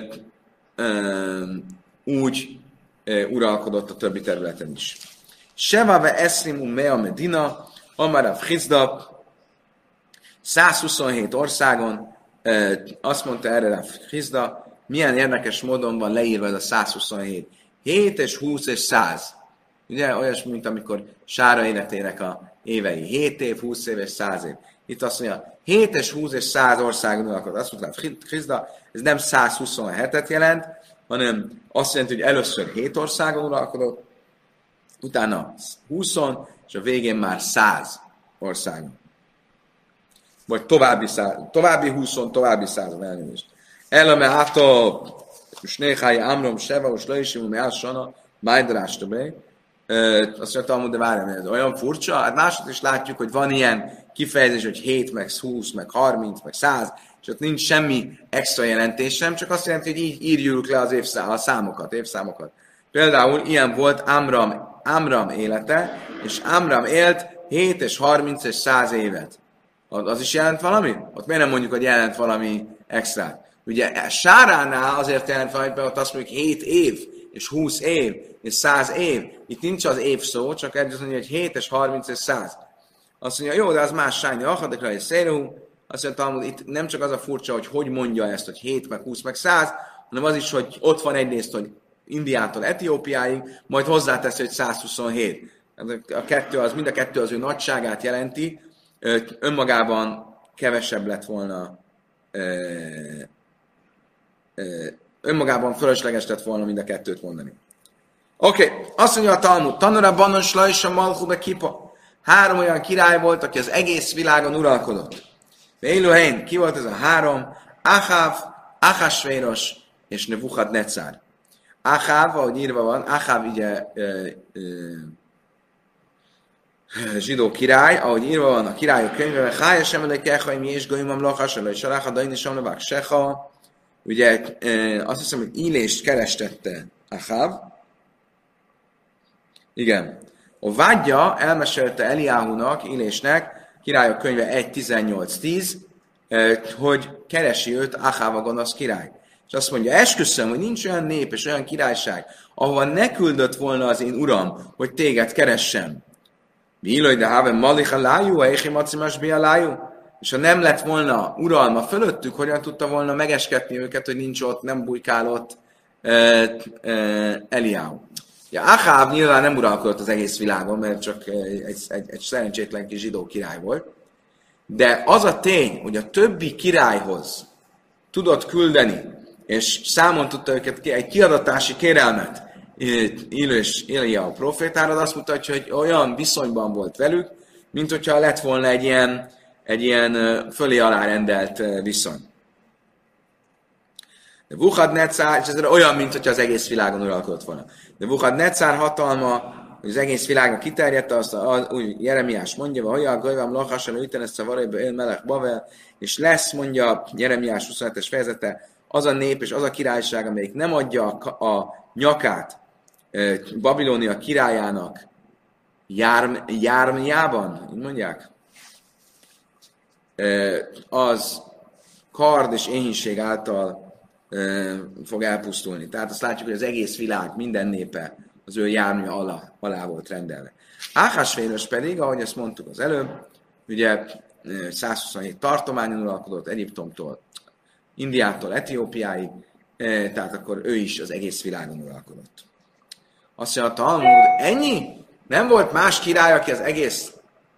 ö, úgy ö, uralkodott a többi területen is. Sevave eszrimu mea medina, amarav Hizda, százhuszonhét országon, ö, azt mondta erre a Hizda, milyen érdekes módon van leírva ez a százhuszonhét. hét és húsz és száz. Ugye olyasmi, mint amikor Sára életének a évei. hét év, húsz év és száz év. Itt azt mondja, hét és húsz és száz országon uralkodott. Azt mondta, Hizda, ez nem százhuszonhetet jelent, hanem azt jelenti, hogy először hét országon uralkodott, utána húsz, és a végén már száz országon. Vagy további, száz, további húsz, további százon elnézést. Elame átó, és néhány Amrom, Seva, és Leisim, Meál, Sana, Majdrás többé. Azt mondtam, de várjam, ez olyan furcsa. Hát másod is látjuk, hogy van ilyen kifejezés, hogy hét, meg húsz, meg harminc, meg száz, és ott nincs semmi extra jelentés sem, csak azt jelenti, hogy így írjuk le az évszá, a számokat, évszámokat. Például ilyen volt Amram, Amram élete, és Amram élt hét és harminc és száz évet. Az is jelent valami? Ott miért nem mondjuk, hogy jelent valami extra? Ugye Sáránál azért jelent valami, mert ott azt mondjuk hét év, és húsz év, és száz év. Itt nincs az év szó, csak egy azt mondja, hogy hét és harminc és száz. Azt mondja, jó, de az más sányi akadekra és szérú. Azt mondja, itt nem csak az a furcsa, hogy hogy mondja ezt, hogy hét, meg húsz, meg száz, hanem az is, hogy ott van egyrészt, hogy Indiától Etiópiáig, majd hozzáteszi, hogy százhuszonhét. A kettő az, mind a kettő az ő nagyságát jelenti, önmagában kevesebb lett volna, önmagában fölösleges lett volna mind a kettőt mondani. Oké, okay. Azt mondja a Talmud, Tanura Banon Slajsa Malchuba Kipa. Három olyan király volt, aki az egész világon uralkodott. Élőhelyen, ki volt ez a három? Achav, Achasvéros és Nebuchadnezzar. Achav, ahogy írva van, Achav ugye ö, ö, zsidó király, ahogy írva van a királyok könyvében, Chája sem elekechaim és goimam lachasala, és aláha daini sem levák seha. Ugye ö, azt hiszem, hogy Illést kerestette Achav. Igen. A vágyja elmesélte Eliáhunak, Illésnek, királyok könyve egy tizennyolc tíz, hogy keresi őt Achav a gonosz király. És azt mondja, esküszöm, hogy nincs olyan nép és olyan királyság, ahova ne küldött volna az én uram, hogy téged keressem. Viloj de have malicha lájú, eichi macimas bia lájú. És ha nem lett volna uralma fölöttük, hogyan tudta volna megesketni őket, hogy nincs ott, nem bujkál ott Eliáhu. Ja, Achav nyilván nem uralkodott az egész világon, mert csak egy, egy, egy szerencsétlen kis zsidó király volt. De az a tény, hogy a többi királyhoz tudott küldeni, és számon tudta őket egy kiadatási kérelmet Illő és Eliáhu profétára, azt mutatja, hogy olyan viszonyban volt velük, mint hogyha lett volna egy ilyen, egy ilyen fölé alá rendelt viszony. De Nebuchadnezzar, és ez olyan, mint hogyha az egész világon uralkodott volna. De Nebuchadnezzar hatalma, hogy az egész világon kiterjedte, azt a, úgy Jeremiás mondja, hogy a Gajvám Lachasel, Üten ezt a Varajba él Melech Bavel, és lesz, mondja Jeremiás huszonhetes fejezete, az a nép és az a királyság, amelyik nem adja a, a nyakát Babilónia királyának járm, jármjában, így mondják, az kard és éhínség által fog elpusztulni. Tehát azt látjuk, hogy az egész világ, minden népe az ő jármű alá, alá volt rendelve. Áhásvéros pedig, ahogy ezt mondtuk az előbb, ugye százhuszonhét tartományon uralkodott Egyiptomtól, Indiától Etiópiáig, tehát akkor ő is az egész világon uralkodott. Azt mondja a Talmud, ennyi? Nem volt más király, aki az egész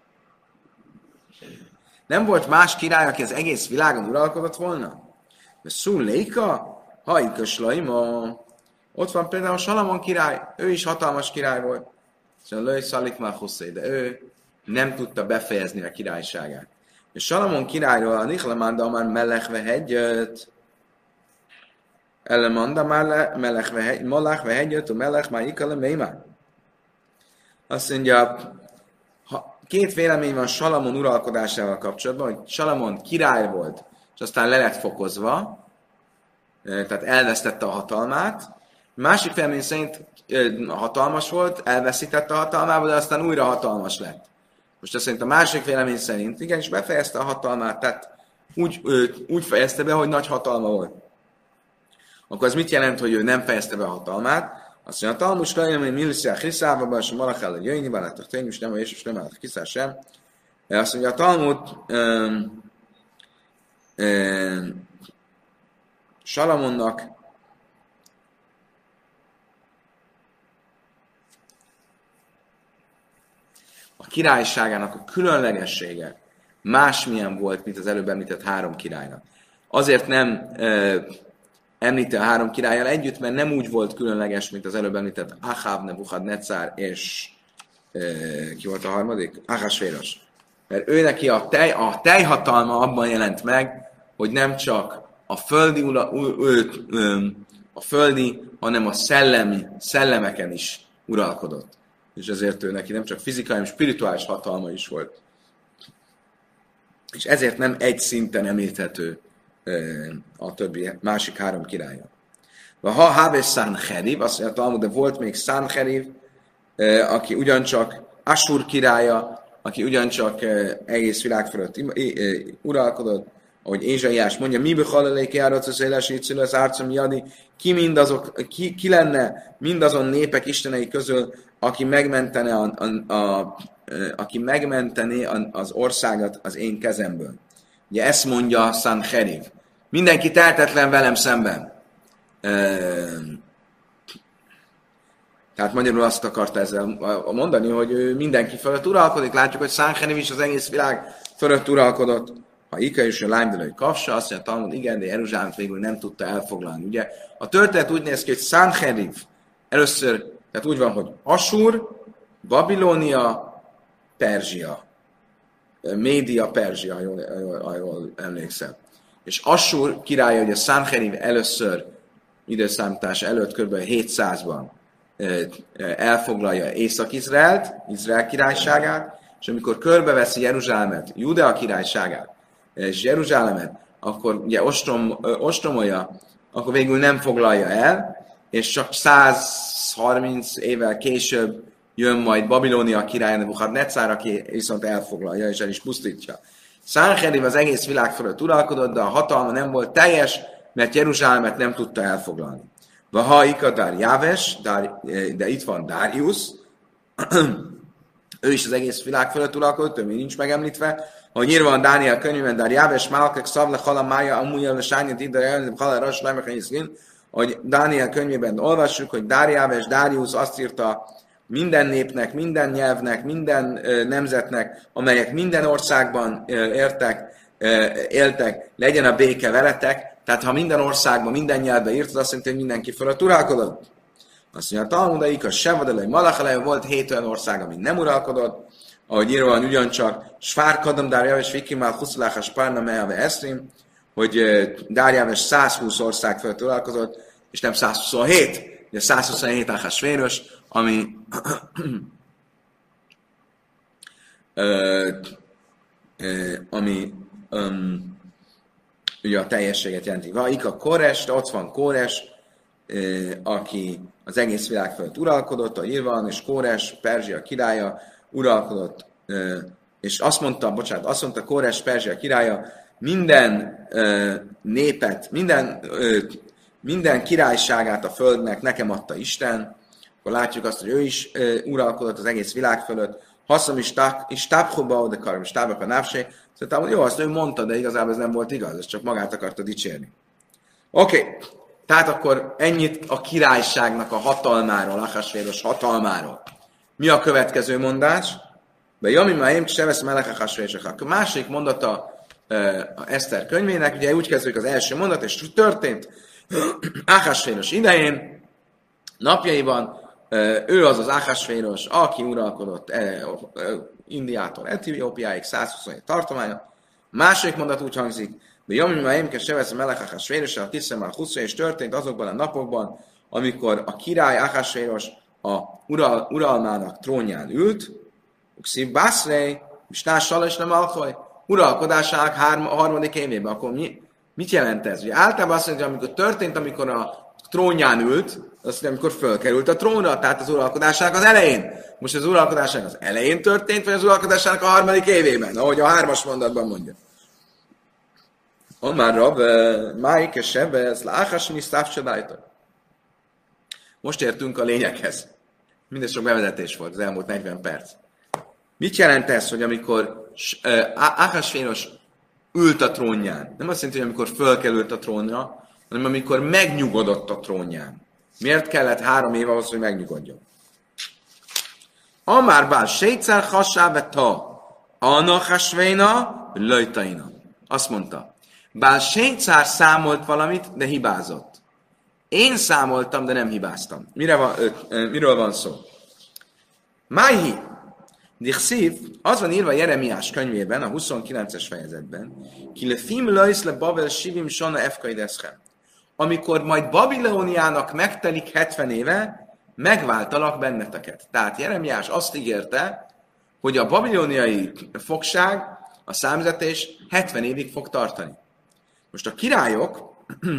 nem volt más király, aki az egész világon uralkodott volna? De Szulléka, hajköslaima. Ott van például Salamon király, ő is hatalmas király volt. Szóval Lőj Szalik már hosszé, de ő nem tudta befejezni a királyságát. És Salamon királyról a Nichlamanda már melechve hegyöt, Elemanda már melechve hegyöt, a melech már ikale mémá. Azt mondja, ha két vélemény van Salamon uralkodásával kapcsolatban, hogy Salamon király volt, és aztán le lett fokozva, tehát elvesztette a hatalmát. Másik vélemény szerint hatalmas volt, elveszítette a hatalmából, de aztán újra hatalmas lett. Most azt szerint a másik vélemény szerint igenis befejezte a hatalmát, tehát úgy, úgy fejezte be, hogy nagy hatalma volt. Akkor az mit jelent, hogy ő nem fejezte be a hatalmát? Azt mondja, a Talmus lejön, hogy Milisziák Hiszávaba, és a Malachel jöjjni, vállátok tényleg, és nem a Jézus nem álltak Hiszás sem. Azt mondja, a Talmud um, um, Salamonnak a királyságának a különlegessége másmilyen volt, mint az előbb említett három királynak. Azért nem e, említi a három királlyal együtt, mert nem úgy volt különleges, mint az előbb említett Aháb, Nebuchadnezzar és e, ki volt a harmadik? Ahasvéros. Mert ő neki a, tej, a teljhatalma abban jelent meg, hogy nem csak a földi, ura, ő, ő, a földi, hanem a szellemi, szellemeken is uralkodott. És ezért ő neki nem csak fizikai, hanem spirituális hatalma is volt. És ezért nem egy szinten említhető a többi, másik három királya. Ha Háves Sancheriv, azt mondja Talmud, de volt még Sancheriv, aki ugyancsak Assur királya, aki ugyancsak egész világ fölött uralkodott, ahogy Ézsaiás mondja, mi bechalalék járat az éles nyitszül az árcom jadi, ki, mindazok, ki, ki lenne mindazon népek istenei közül, aki megmentene, a, a, a, a, aki megmentené az országot az én kezemből. Ugye ezt mondja Sancheriv. Mindenki tehetetlen velem szemben. Tehát magyarul azt akarta ezzel mondani, hogy ő mindenki fölött uralkodik. Látjuk, hogy Sancheriv is az egész világ fölött uralkodott. Ha Ika és a Lájmdelői kapsa, azt mondja, Talmud, igen, de Jeruzsálemet végül nem tudta elfoglalni. Ugye a történet úgy néz ki, hogy Sancheriv először, tehát úgy van, hogy Assur, Babilónia, Perzsia. Média, Perzsia, ha jól, jól, jól emlékszem. És Assur királya, ugye Sancheriv először időszámítás előtt kb. hétszázban elfoglalja Észak-Izraelt, Izrael királyságát, és amikor körbeveszi Jeruzsálemet, Judea királyságát, és Jeruzsálemet, akkor ugye ostrom, ostromolja, akkor végül nem foglalja el, és csak százharminc évvel később jön majd Babilónia király, Nebuchadnezzar, aki viszont elfoglalja, és el is pusztítja. Sancheriv az egész világ fölött uralkodott, de a hatalma nem volt teljes, mert Jeruzsálemet nem tudta elfoglalni. Ha Ika Darjáves, de itt van Darius, ő is az egész világ fölött uralkodott, ő még nincs megemlítve, hogy írva van Dániel könyvében, Darjáves, Málkek, Szavle, Halamája, Amújjel, Sányit, Ida, Halal, Ras, Lemekanyizgin, hogy Dániel könyvében olvassuk, hogy Darjáves, Darius azt írta minden népnek, minden nyelvnek, minden nemzetnek, amelyek minden országban értek, éltek, legyen a béke veletek. Tehát ha minden országban, minden nyelvben írtad, azt jelenti, hogy mindenki fölött uralkodott. Azt mondja, a Talmudaik, a Sevadelei, Malachalei, volt hét olyan ország, ami nem uralkodott, ahogy írva van ugyancsak, Svár Kadam Dárjáves, Vikimál, Huszulák, a Spárna, Meave, Eszrim, hogy Dárjáves százhúsz ország fölött uralkodott, és nem százhuszonhét. Ugye százhuszonhét Ahasvéros, ami ö, ö, ami um, ugye a teljességet jelenti. Vaika Kóres, ott van Kóres, ö, aki az egész világ fölött uralkodott, ahogy írva van, és Kóres, Perzsia királya uralkodott, ö, és azt mondta, bocsánat, azt mondta Kóres, Perzsia királya, minden ö, népet, minden ö, minden királyságát a földnek nekem adta Isten, akkor látjuk azt, hogy ő is e, uralkodott az egész világ fölött. Haszom is táphoba, de karom is tábak a návsé. Szóval jó, azt ő mondta, de igazából ez nem volt igaz, ez csak magát akarta dicsérni. Oké, okay. Tehát akkor ennyit a királyságnak a hatalmáról, Ahasvéros hatalmáról. Mi a következő mondás? De Jami Máim se vesz melek Ahasvéros. A másik mondata e, a Eszter könyvének, ugye úgy kezdődik az első mondat, és történt Ahasvéros idején, napjaiban, ő az az Ahasvéros, aki uralkodott Indiától Etiópiáig, százhuszonhét tartománya. Második mondat úgy hangzik, de Jami Máimke Sevesz Melech Ahasvéros, a Tiszemár Huszra, és történt azokban a napokban, amikor a király Ahasvéros a ural, uralmának trónján ült, Uxi Baszrei, és társal és nem alkohol, uralkodásának harmadik évében, akkor mi? Mit jelent ez? Ugye általában azt mondja, hogy amikor történt, amikor a trónján ült, azt mondja, amikor fölkerült a trónra, tehát az uralkodásának az elején. Most az uralkodásának az elején történt, vagy az uralkodásának a harmadik évében, ahogy a hármas mondatban mondja. Omar Rab, Máik és Sebe, ez láhasni szávcsodájta. Most értünk a lényeghez. Mindez sok bevezetés volt az elmúlt negyven perc. Mit jelent ez, hogy amikor Ahasvéros ült a trónján? Nem azt jelenti, hogy amikor fölkerült a trónra, hanem amikor megnyugodott a trónján. Miért kellett három év ahhoz, hogy megnyugodjon? Amár bár sétszer hasáve ta, anachasvéna, löjtaina. Azt mondta, bár sétszer számolt valamit, de hibázott. Én számoltam, de nem hibáztam. Mire van, ö, ö, miről van szó? Májhi, dichszív, az van írva Jeremiás könyvében, a huszonkilences fejezetben, ki le fim lajsz le Babel sivim sona efkaideszchem. Amikor majd Babilóniának megtelik hetven éve, megváltalak benneteket. Tehát Jeremiás azt ígérte, hogy a babiloniai fogság, a számüzetés hetven évig fog tartani. Most a királyok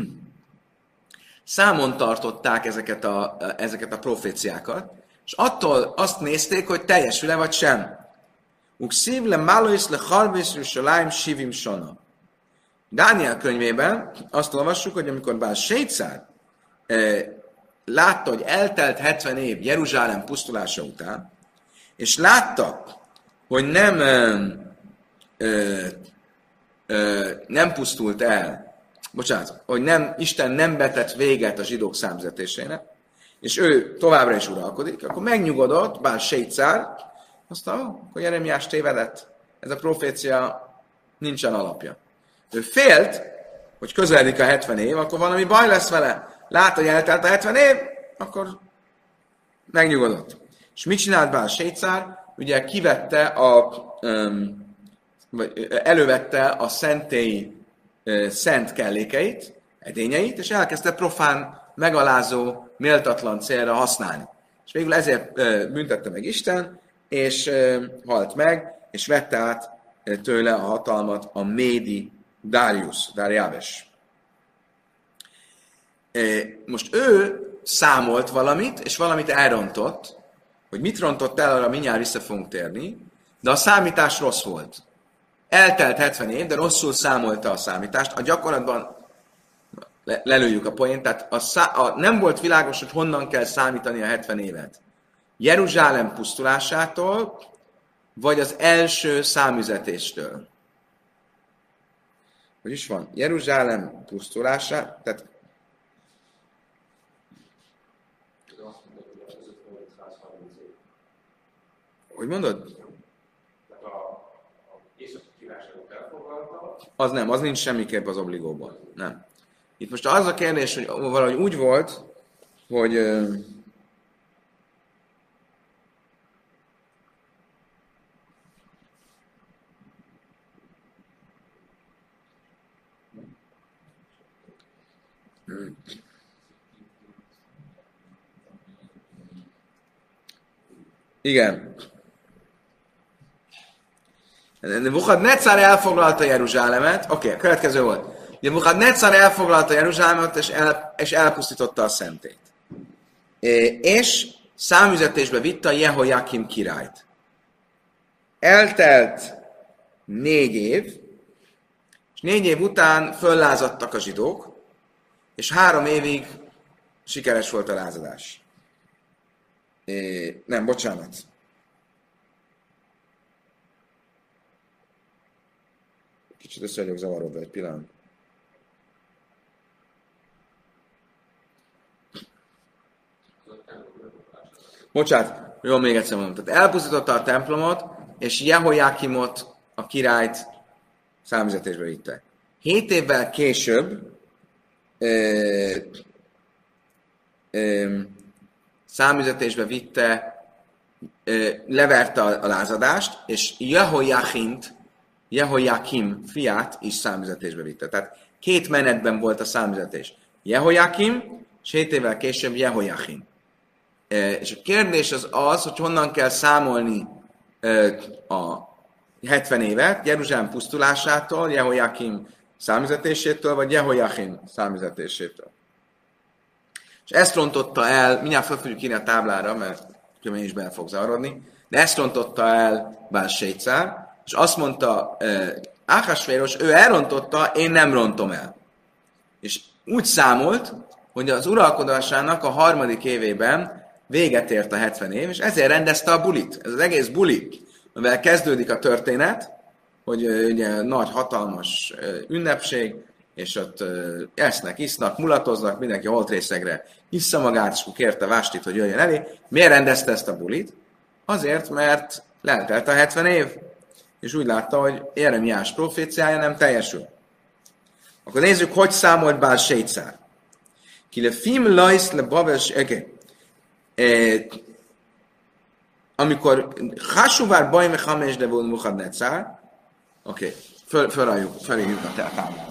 számon tartották ezeket a, ezeket a proféciákat, és attól azt nézték, hogy teljesül-e vagy sem. Ukszív le malois le harvész Jerusalem sivim sona. Dániel könyvében azt olvassuk, hogy amikor bár Sétszár eh, látta, hogy eltelt hetven év Jeruzsálem pusztulása után, és látta, hogy nem, ö, ö, ö, nem pusztult el, bocsánat, hogy nem, Isten nem vetett véget a zsidók számüzetésének, és ő továbbra is uralkodik, akkor megnyugodott, bár Sétszár, azt mondta, oh, akkor Jeremiás tévedett, ez a profécia nincsen alapja. Ő félt, hogy közeledik a hetven év, akkor valami baj lesz vele. Lát, hogy eltelt a hetven év, akkor megnyugodott. És mit csinált Bál Sétszár? Ugye kivette a, um, vagy elővette a szentély uh, szent kellékeit, edényeit, és elkezdte profán, megalázó, méltatlan célra használni. És végül ezért uh, büntette meg Isten, és uh, halt meg, és vette át uh, tőle a hatalmat a médi Darius, Dariáves. Most ő számolt valamit, és valamit elrontott, hogy mit rontott el, arra mindjárt vissza fogunk térni, de a számítás rossz volt. Eltelt hetven év, de rosszul számolta a számítást. A gyakorlatban le, lelőjük a poént, tehát a szá, a, nem volt világos, hogy honnan kell számítani a hetven évet. Jeruzsálem pusztulásától, vagy az első számüzetéstől. Hogy is van? Jeruzsálem pusztulása, tehát hogy mondod? Az nem, az nincs semmiképp az obligóban. Nem. Itt most az a kérdés, hogy valahogy úgy volt, hogy igen. Nebuchadnezzar elfoglalta Jeruzsálemet, oké, okay, a következő volt. Nebuchadnezzar elfoglalta Jeruzsálemet, és, el, és elpusztította a szentét. És számüzetésbe vitte Jehojakim királyt. Eltelt négy év, és négy év után föllázadtak a zsidók, és három évig sikeres volt a lázadás. É, nem, bocsánat. Kicsit össze vagyok zavarodva egy pillanat. Bocsánat, jó, még egyszer mondom. Tehát elpusztította a templomot, és Jehojakimot, a királyt számüzetésbe vitte. Hét évvel később ö, ö, számüzetésbe vitte, ö, leverte a, a lázadást, és Jehojakint, Jehojakim fiát is számüzetésbe vitte. Tehát két menetben volt a számüzetés. Jehojakim, és hét évvel később Jehojakim. E, és a kérdés az az, hogy honnan kell számolni e, a hetven évet, Jeruzsálem pusztulásától, Jehojakim számüzetésétől, vagy Jehojakim számüzetésétől. És ezt rontotta el, mindjárt fel fogjuk írni a táblára, mert különben is bele fog zavarodni, de ezt rontotta el Bál Sétszár, és azt mondta eh, Áhasvéros, ő elrontotta, én nem rontom el. És úgy számolt, hogy az uralkodásának a harmadik évében véget ért a hetven év, és ezért rendezte a bulit. Ez az egész buli, mivel kezdődik a történet, hogy uh, ugye nagy, hatalmas uh, ünnepség, és ott uh, esznek, isznak, mulatoznak, mindenki holtrészegre hissza magát, és akkor kérte Vástit, hogy jöjjön elé. Miért rendezte ezt a bulit? Azért, mert letelt a hetven év, és úgy látta, hogy Jeremiás proféciája nem teljesül. Akkor nézzük, hogy számolt Bál Sétszár. Ki le fim lajsz le babes, okay. Amikor Hásuvár baj me hames de volt Muhadnetszár, oké, okay. Föl, fölajjuk, fölírjuk a táblára.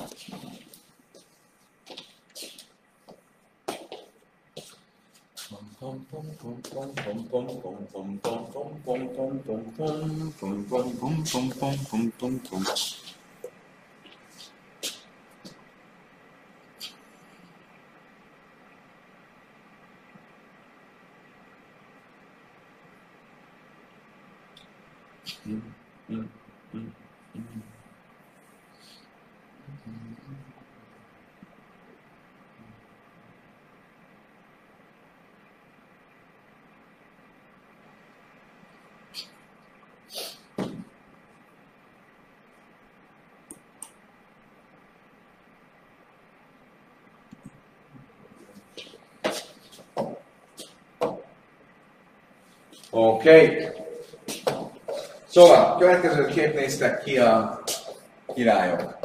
Oké. Okay. Szóval, következő kép néztek ki a királyok.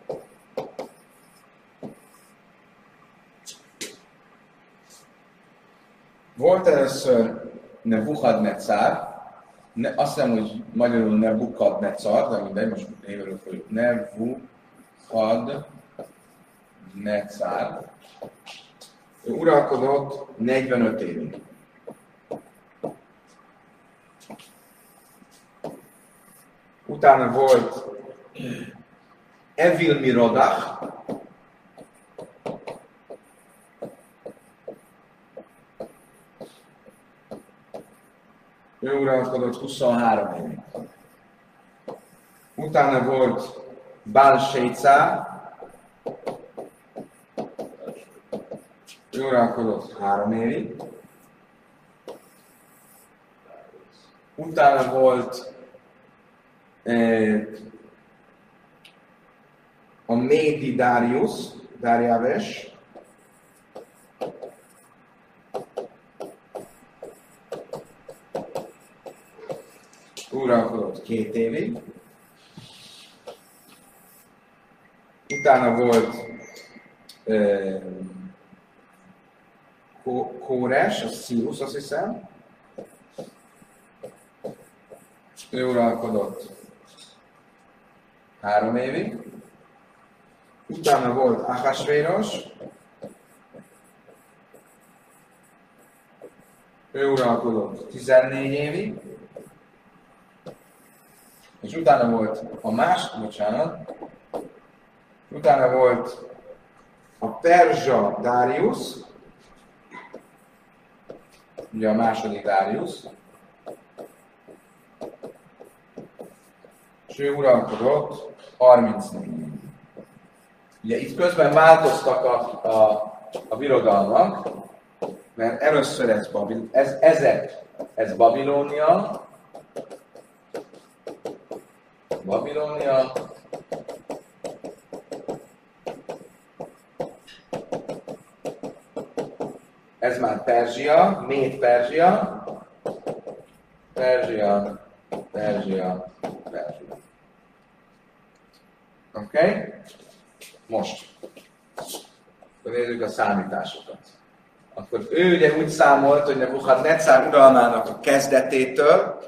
Volt először Nebuchadnezzar, ne, azt hiszem, hogy magyarul Nebuchadnezzar, de mindegy, most héberül fogjuk. Nebuchadnezzar. Ő uralkodott negyvenöt évig. Utána volt Evil Mirodach, ő uralkodott huszonhárom évig. Utána volt Bál Sétszár, ő uralkodott három évig. Utána volt a Médi Darius, Dariaves, uralkodott két évig. Utána volt uh, Kóres, a Cyrus, azt hiszem. Ő uralkodott három évig. Utána volt Ahasvéros. Ő uralkodott tizennégy évig. És utána volt a más, bocsánat, utána volt a Perzsa Darius, ugye a második Darius, és ő uralkodott harmincnégy évig. Ugye itt közben változtak a, a, a birodalmak, mert először ez, Babil, ez, ezek, ez Babilónia, Babilónia, ez már Perzsia, Méd Perzsia, Perzsia, Perzsia, Perzsia. Oké? Okay? Most. Akkor nézzük a számításokat. Akkor ő ugye úgy számolt, hogy Nebuchadnezzar uralmának a kezdetétől,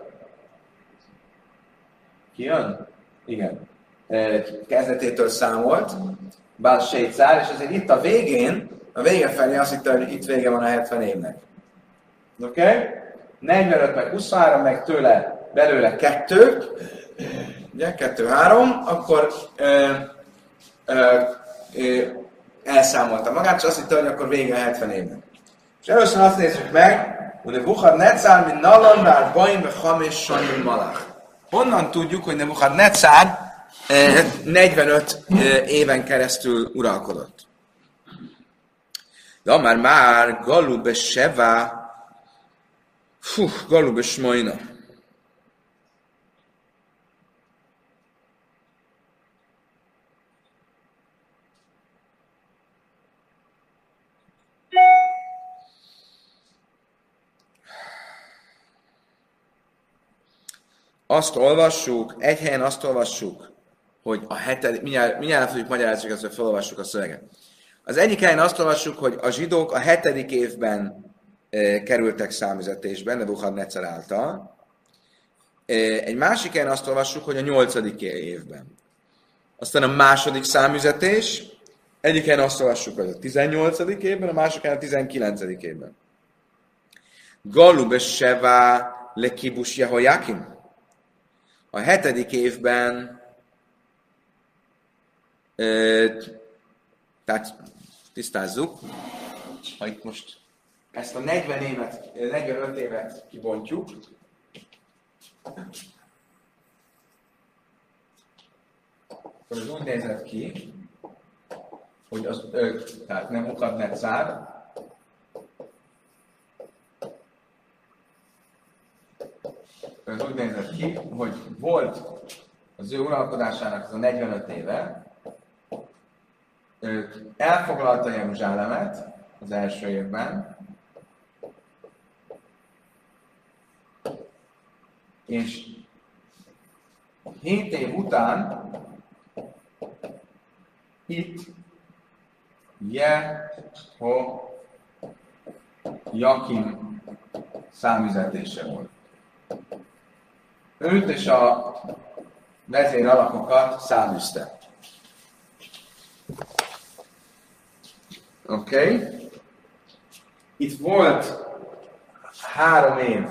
ki jön? Igen. Kezdetétől számolt, Bál Sétszár, és azért itt a végén, a vége felé azt hitte, hogy itt vége van a hetven évnek. Oké? Okay? negyvenöt meg huszonhárom, meg tőle belőle kettő, ugye, kettő, három, akkor ö, ö, ö, elszámolta magát, és azt hitte, hogy akkor vége a hetven évnek. És először azt nézzük meg, hogy Nebuchadnezzar min nalan vár bajn ve hamis sanyin malach. Honnan tudjuk, hogy Nebuchadnezzar negyvenöt éven keresztül uralkodott? De már már Galube Seva, fú, Galube Smajna. azt olvassuk, egy helyen azt olvassuk, hogy a hetedik, mindjárt, mindjárt fogjuk magyarázni, hogy felolvassuk a szöveget. Az egyik helyen azt olvassuk, hogy a zsidók a hetedik évben e, kerültek számüzetésbe, Nebuchadnezzar által. E, egy másik helyen azt olvassuk, hogy a nyolcadik évben. Aztán a második számüzetés, egyik helyen azt olvassuk, hogy a tizennyolcadik évben, a másik helyen a tizenkilencedik évben. Galube Seva lekibus Jehoiakim. A hetedik évben, e, tehát tisztázzuk, ha itt most ezt a negyven évet, negyvenöt évet kibontjuk, akkor az úgy nézett ki, hogy az ők, tehát Nebuchadnezzar, az úgy nézett ki, hogy volt az ő uralkodásának az a negyvenöt éve, ők elfoglalta Jeruzsálemet az első évben, és hét év után itt Jehoiakim számüzetése volt. Őt és a vezér alakokat száműzte. Oké? Okay. Itt volt három év.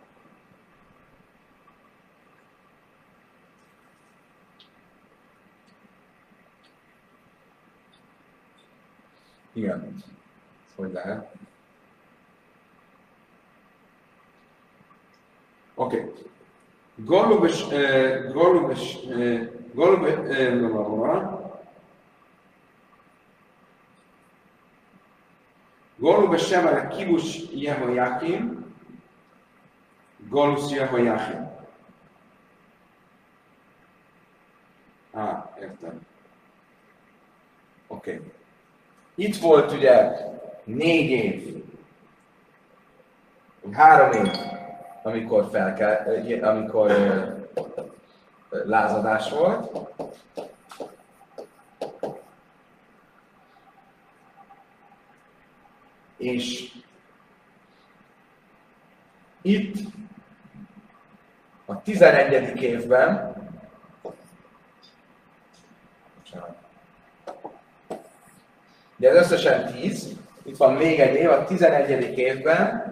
Igen. Hogy lehet? Oké. Okay. Golubes, uh, Golubes, uh, Golubes, uh, Golubes Seva Kibus Jehoiakim, Golus Jehoiakim. Ah, értem. Oké. Okay. Itt volt ugye négy év, három év, amikor, fel kell, amikor uh, lázadás volt. És itt a tizenegyedik évben, ugye ez összesen tíz, itt van még egy év, a tizenegyedik évben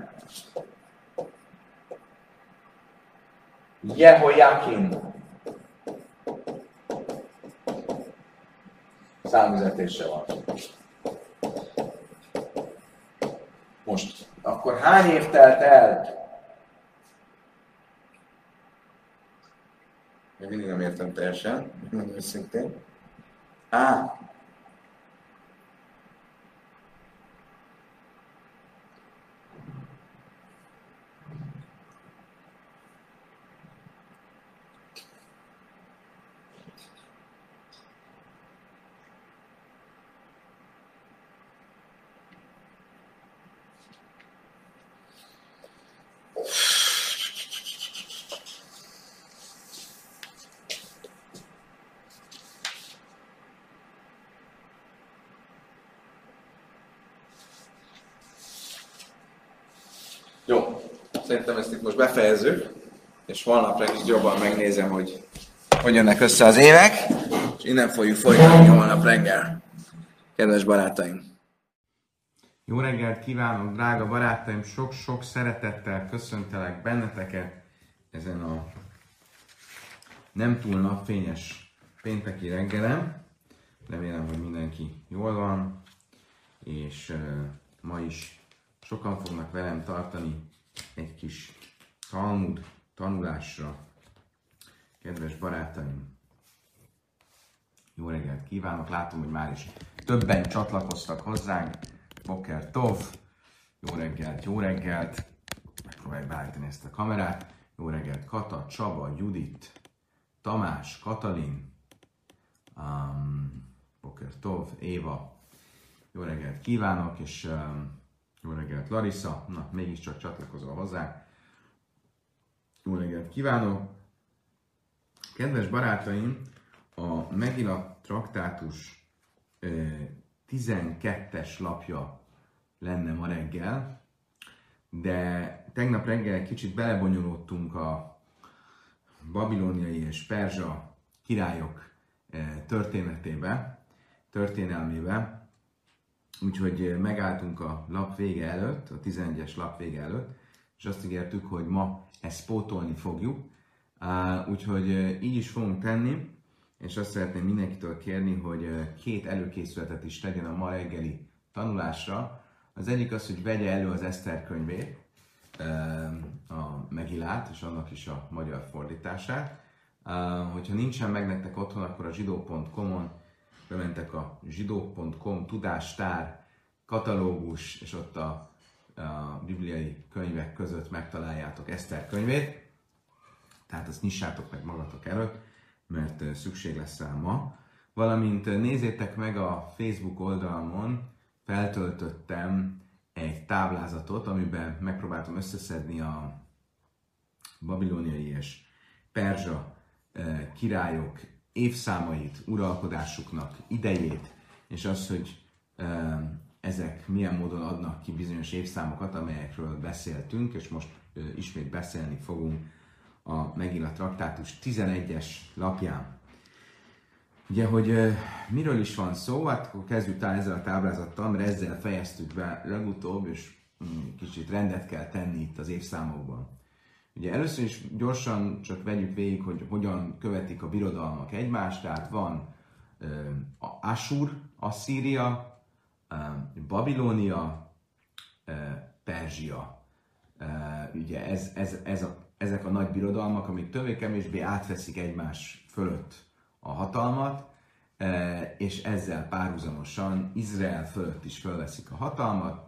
Jehoiakim számüzetése van. Most, akkor hány év telt el? Még mindig nem értem teljesen, mondom őszintén. Á! Jó, szerintem ezt itt most befejezzük, és holnapra is jobban megnézem, hogy hogy jönnek össze az évek, és innen fogjuk folytatni holnap reggel. Kedves barátaim! Jó reggelt kívánok, drága barátaim! Sok-sok szeretettel köszöntelek benneteket ezen a nem túl napfényes pénteki reggelem. Remélem, hogy mindenki jól van, és uh, ma is sokan fognak velem tartani egy kis Talmud tanulásra. Kedves barátaim, jó reggelt kívánok! Látom, hogy már is többen csatlakoztak hozzánk. Boker Tov, jó reggelt, jó reggelt! Megpróbáljuk beállítani ezt a kamerát. Jó reggelt Kata, Csaba, Judit, Tamás, Katalin, um, Boker Tov, Éva. Jó reggelt kívánok, és um, jó reggelt Larissa, na mégiscsak csatlakozol hozzá. Jó reggelt kívánok! Kedves barátaim, a Megila traktátus tizenkettes lapja lenne ma reggel, de tegnap reggel kicsit belebonyolódtunk a babilóniai és perzsa királyok történetébe, történelmébe, úgyhogy megálltunk a lap vége előtt, a tizenegyes lap vége előtt, és azt ígértük, hogy ma ezt pótolni fogjuk, úgyhogy így is fogunk tenni, és azt szeretném mindenkitől kérni, hogy két előkészületet is tegyen a ma reggeli tanulásra. Az egyik az, hogy vegye elő az Eszter könyvét, a Megilát, és annak is a magyar fordítását. Hogyha nincsen meg nektek otthon, akkor a zsidó pont com-on bementek a zsidó pont com tudástár katalógus, és ott a, a bibliai könyvek között megtaláljátok Eszter könyvét. Tehát azt nyissátok meg magatok előtt, mert szükség lesz rá ma. Valamint nézzétek meg a Facebook oldalamon, feltöltöttem egy táblázatot, amiben megpróbáltam összeszedni a babilóniai és perzsa királyok évszámait, uralkodásuknak idejét, és az, hogy ezek milyen módon adnak ki bizonyos évszámokat, amelyekről beszéltünk, és most ismét beszélni fogunk a Megila traktátus tizenegyes lapján. Ugye, hogy uh, miről is van szó, hát akkor kezdjük talán ezzel a táblázattal, mert ezzel fejeztük be legutóbb, és um, kicsit rendet kell tenni itt az évszámokban. Ugye először is gyorsan csak vegyük végig, hogy hogyan követik a birodalmak egymást, tehát van uh, Assur, Asszíria, uh, Babilónia, uh, Perzsia. Uh, ugye ez, ez, ez a ezek a nagy birodalmak, amik többé-kevésbé átveszik egymás fölött a hatalmat, és ezzel párhuzamosan Izrael fölött is fölveszik a hatalmat.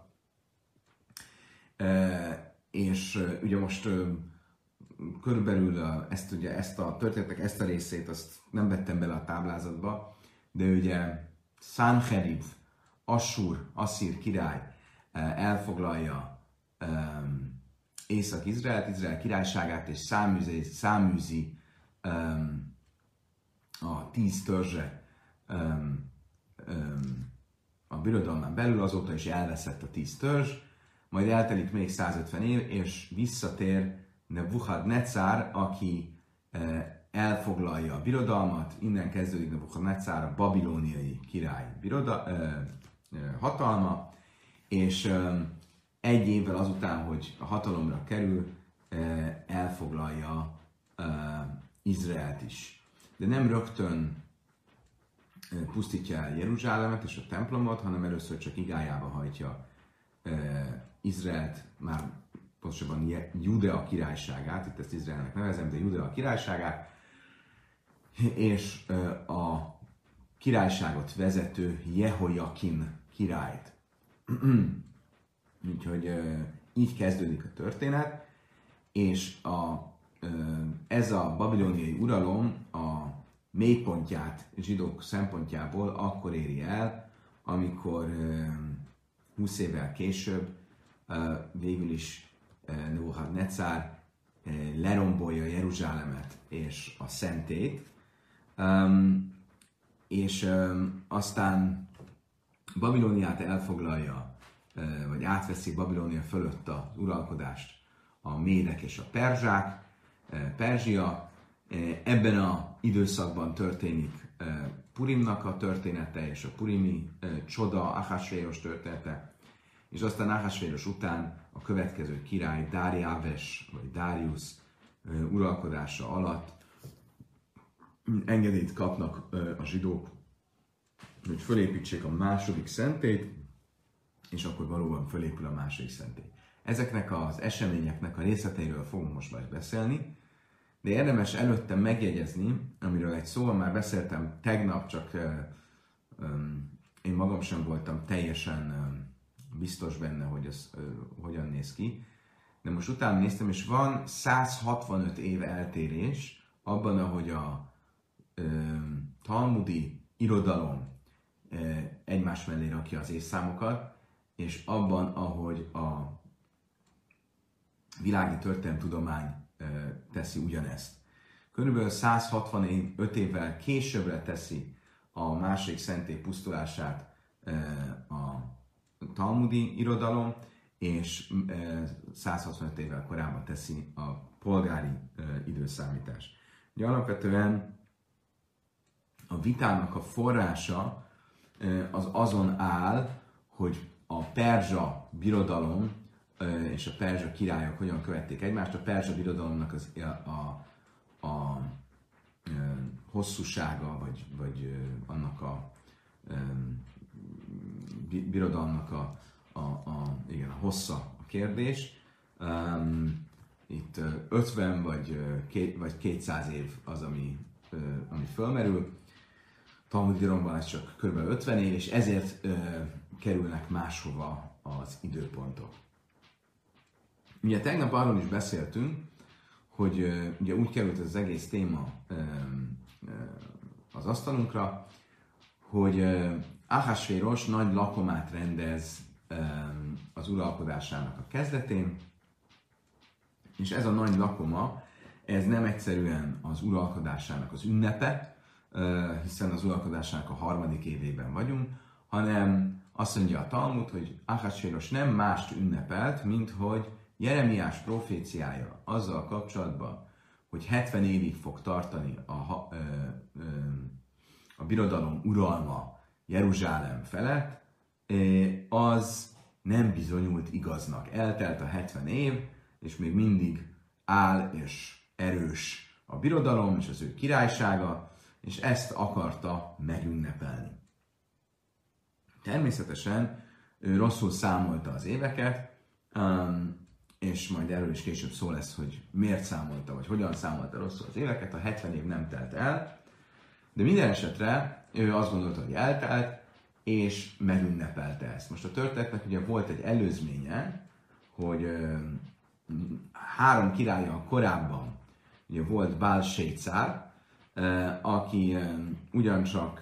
És ugye most körülbelül ezt, ugye, ezt a történetek ezt a részét azt nem vettem bele a táblázatba, de ugye Sanherib, Assur, Asszír király elfoglalja Észak-Izraelt, Izrael királyságát, és száműzi, száműzi um, a tíz törzse um, um, a birodalmán belül, azóta is elveszett a tíz törzs, majd eltelik még százötven év, és visszatér Nebuchadnezzar, aki uh, elfoglalja a birodalmat, innen kezdődik Nebuchadnezzar a babilóniai király biroda, uh, uh, hatalma, és um, egy évvel azután, hogy a hatalomra kerül, elfoglalja Izraelt is. De nem rögtön pusztítja el Jeruzsálemet és a templomot, hanem először csak igájába hajtja Izraelt, már pontosabban Judea királyságát, itt ezt Izraelnek nevezem, de Judea királyságát, és a királyságot vezető Jehojakin királyt. Úgyhogy így kezdődik a történet, és a, ez a babilóniai uralom a mélypontját zsidók szempontjából akkor éri el, amikor húsz évvel később végül is Nebuchadnezzar lerombolja Jeruzsálemet és a szentét, és aztán Babilóniát elfoglalja, vagy átveszik Babilónia fölött az uralkodást a médek és a perzsák, Perzsia. Ebben az időszakban történik Purimnak a története, és a purimi csoda, Ahasvéros története, és aztán Ahasvéros után a következő király Dáriáves, vagy Darius uralkodása alatt engedélyt kapnak a zsidók, hogy fölépítsék a második szentét, és akkor valóban fölépül a második szentély. Ezeknek az eseményeknek a részleteiről fogunk most majd beszélni, de érdemes előtte megjegyezni, amiről egy szóval már beszéltem tegnap, csak uh, um, én magam sem voltam teljesen um, biztos benne, hogy ez uh, hogyan néz ki, de most utána néztem, és van száz hatvanöt év eltérés abban, ahogy a um, talmudi irodalom uh, egymás mellé rakja az évszámokat, és abban, ahogy a világi történelemtudomány teszi ugyanezt. körülbelül száz hatvanöt évvel későbbre teszi a második szentély pusztulását a talmudi irodalom, és száz hatvanöt évvel korábban teszi a polgári időszámítás. Ugye alapvetően a vitának a forrása az azon áll, hogy a perzsa birodalom és a perzsa királyok hogyan követték egymást. A perzsa birodalomnak az, a, a, a, a hosszúsága, vagy, vagy annak a, a birodalomnak a, a, a, igen, a hossza a kérdés. Itt ötven vagy, vagy kétszáz év az, ami, ami fölmerül. Talmudi irodalomban ez csak kb. ötven év, és ezért ö, kerülnek máshova az időpontok. Ugye tegnap arról is beszéltünk, hogy ö, ugye úgy került ez az egész téma ö, ö, az asztalunkra, hogy ö, Ahasvéros nagy lakomát rendez ö, az uralkodásának a kezdetén, és ez a nagy lakoma, ez nem egyszerűen az uralkodásának az ünnepe, hiszen az uralkodásának a harmadik évében vagyunk, hanem azt mondja a Talmud, hogy Ahasvéros nem mást ünnepelt, mint hogy Jeremiás proféciája azzal kapcsolatban, hogy hetven évig fog tartani a, a, a birodalom uralma Jeruzsálem felett, az nem bizonyult igaznak. Eltelt a hetven év, és még mindig áll és erős a birodalom és az ő királysága, és ezt akarta megünnepelni. Természetesen ő rosszul számolta az éveket, és majd erről is később szó lesz, hogy miért számolta, vagy hogyan számolta rosszul az éveket, a hetven év nem telt el, de minden esetre ő azt gondolta, hogy eltelt, és megünnepelte ezt. Most a történetnek ugye volt egy előzménye, hogy három királlyal korábban ugye volt Bál Sécár, aki ugyancsak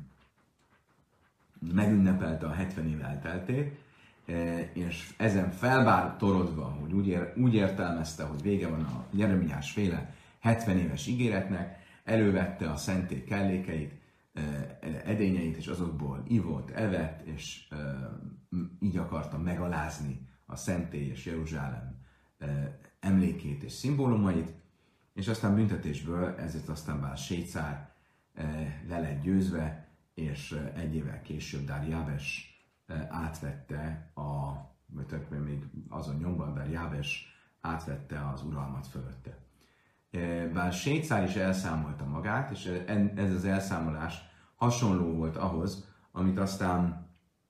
megünnepelte a hetven év elteltét, és ezen felbátorodva, hogy úgy, ér, úgy értelmezte, hogy vége van a Jeremiás féle hetven éves ígéretnek, elővette a szentély kellékeit, edényeit, és azokból ivott, evett, és így akarta megalázni a szentély és Jeruzsálem emlékét és szimbólumait, és aztán büntetésből ezért aztán Bál Sécár le lett győzve, és egy évvel később Darjábes átvette a, vagy még azon nyomban Darjábes átvette az uralmat fölötte. Bál Sécár is elszámolta magát, és ez az elszámolás hasonló volt ahhoz, amit aztán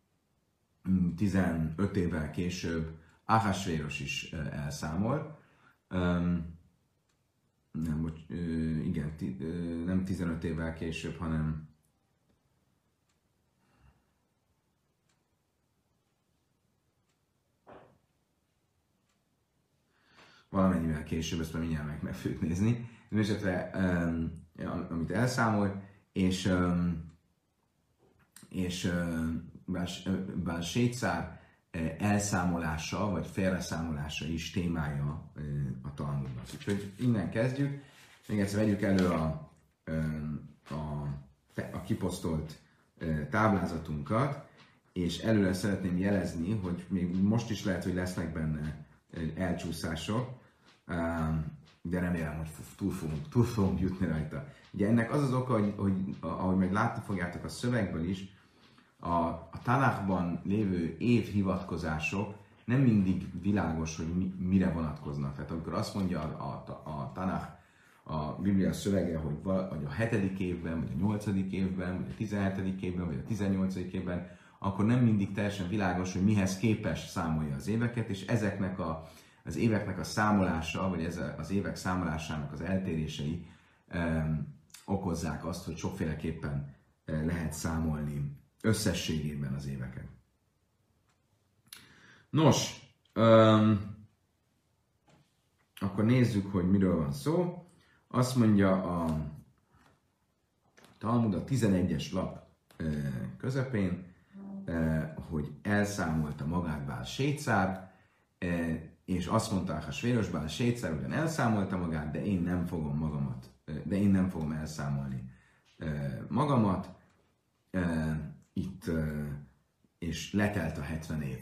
tizenöt évvel később Ahasvéros is elszámol. Nem, bocs, igen, nem tizenöt évvel később, hanem valamennyivel később, ezt már mindjárt meg, meg fogjuk nézni. Esetre, um, amit elszámol, és, um, és um, Bál Sécár elszámolása, vagy félreszámolása is témája a Talmudnak. Úgyhogy innen kezdjük. Még egyszer vegyük elő a, a, a kiposztolt táblázatunkat, és előre szeretném jelezni, hogy még most is lehet, hogy lesznek benne elcsúszások, de remélem, hogy túl fogunk, túl fogunk jutni rajta. Ugye ennek az az oka, hogy, hogy ahogy meg látni fogjátok a szövegből is, a, a Tanachban lévő évhivatkozások nem mindig világos, hogy mi, mire vonatkoznak. Tehát amikor azt mondja a, a, a Tanach, a Biblia szövege, hogy, val, hogy a hetedik évben, vagy a nyolcadik évben, vagy a tizenhetedik évben, vagy a tizennyolcadik évben, akkor nem mindig teljesen világos, hogy mihez képest számolja az éveket, és ezeknek a, az éveknek a számolása, vagy ez az évek számolásának az eltérései um, okozzák azt, hogy sokféleképpen uh, lehet számolni összességében az éveket. Nos, um, akkor nézzük, hogy miről van szó. Azt mondja a Talmud a tizenegyes lap uh, közepén, uh, hogy elszámolta magát Bál Sécár, uh, és azt mondta Ahasvéros, Bál Sécár ugyan elszámolta magát, de én nem fogom magamat de én nem fogom elszámolni magamat. Itt, és letelt a hetven év.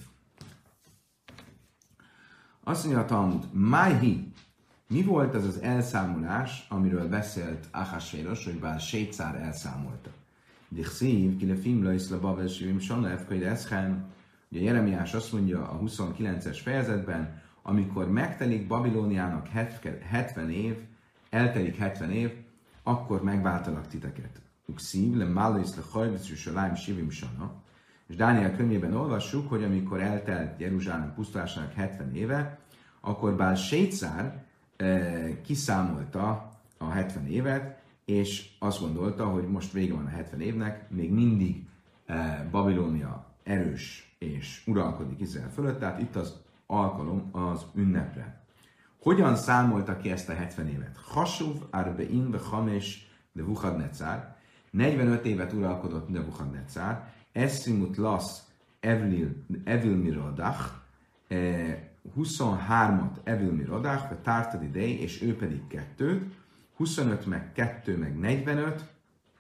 Azt mondja a Talmud, Májhi, mi volt az az elszámolás, amiről beszélt Ahasvéros, hogy bár Sétszár elszámolta? Dichszív, kilefim lajszla bavelsivim sanlev, hogy eszchen, ugye Jeremiás azt mondja a huszonkilences fejezetben, amikor megtelik Babilóniának hetven év, eltelik hetven év, akkor megváltanak titeket. Ukszív, le mállajsz le hajvisz, és a lájm sivim sana. És Dániel könyvében olvassuk, hogy amikor eltelt Jeruzsálem pusztulásának hetven éve, akkor bár Sétszár eh, kiszámolta a hetven évet, és azt gondolta, hogy most vége van a hetven évnek, még mindig eh, Babilónia erős és uralkodik Izrael fölött, tehát itt az alkalom az ünnepre. Hogyan számolta ki ezt a hetven évet? Hasuv, Arbein, Vechames, Nebuchadnezzar. negyvenöt évet uralkodott Nebuchadnezzar. Eszimut lasz Evil-Mirodach. huszonhármat Evil-Mirodach, vagy Tártad idej, és ő pedig kettőt. huszonöt meg kettő meg negyvenöt.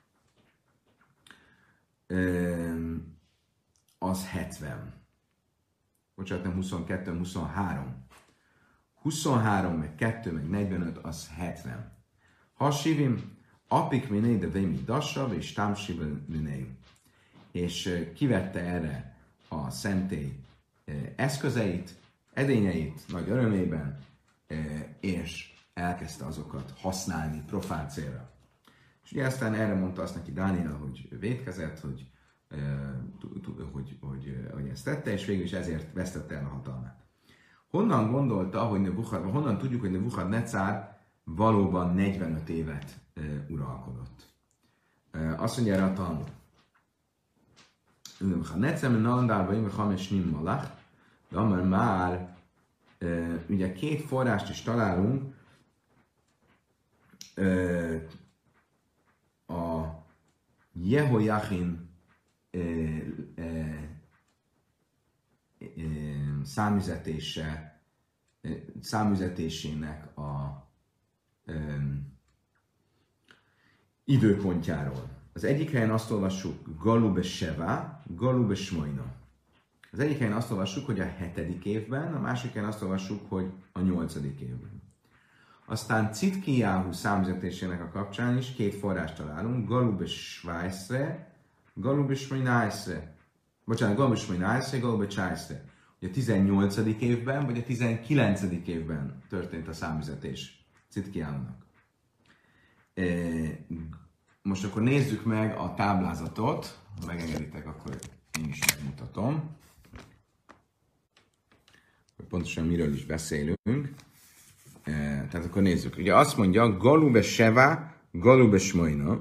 Az hetven. Bocsánat, nem huszonkettő, huszonhárom. huszonhárom meg kettő meg negyvenöt, az hetven. Hasivim, apik minél, de vémi dassav, és támsivim minél. És kivette erre a szentély eszközeit, edényeit nagy örömében, és elkezdte azokat használni profán célra. És ugye aztán erre mondta azt neki Dániel, hogy vétkezett, hogy Hogy, hogy, hogy ezt tette, és végül is ezért vesztette el a hatalmát. Honnan gondolta, hogy Nebuchad, honnan tudjuk, hogy Nebuchadnezzar valóban negyvenöt évet e, uralkodott? E, azt mondja erre a Talmud. Nebuchadnezzar, mert nalandálba én hames nim malach, de amár már e, ugye két forrást is találunk e, a Jehoiachin számüzetése, számüzetésének a um, időpontjáról. Az egyik helyen azt olvassuk Galube Seva, Galube Smojna. Az egyik helyen azt olvassuk, hogy a hetedik évben, a másik helyen azt olvassuk, hogy a nyolcadik évben. Aztán Citkijáhu számüzetésének a kapcsán is két forrást találunk, Galube Svájszre, Galube Smojnájszre. Bocsánat, Galube Smojnájszre, Galube Csájszre. Ugye a tizennyolcadik évben, vagy a tizenkilencedik évben történt a számüzetés Citkijáhunak. Most akkor nézzük meg a táblázatot. Ha megengeditek, akkor én is megmutatom. Pontosan miről is beszélünk. Tehát akkor nézzük. Ugye azt mondja, Galube Seva, Galube Smojna.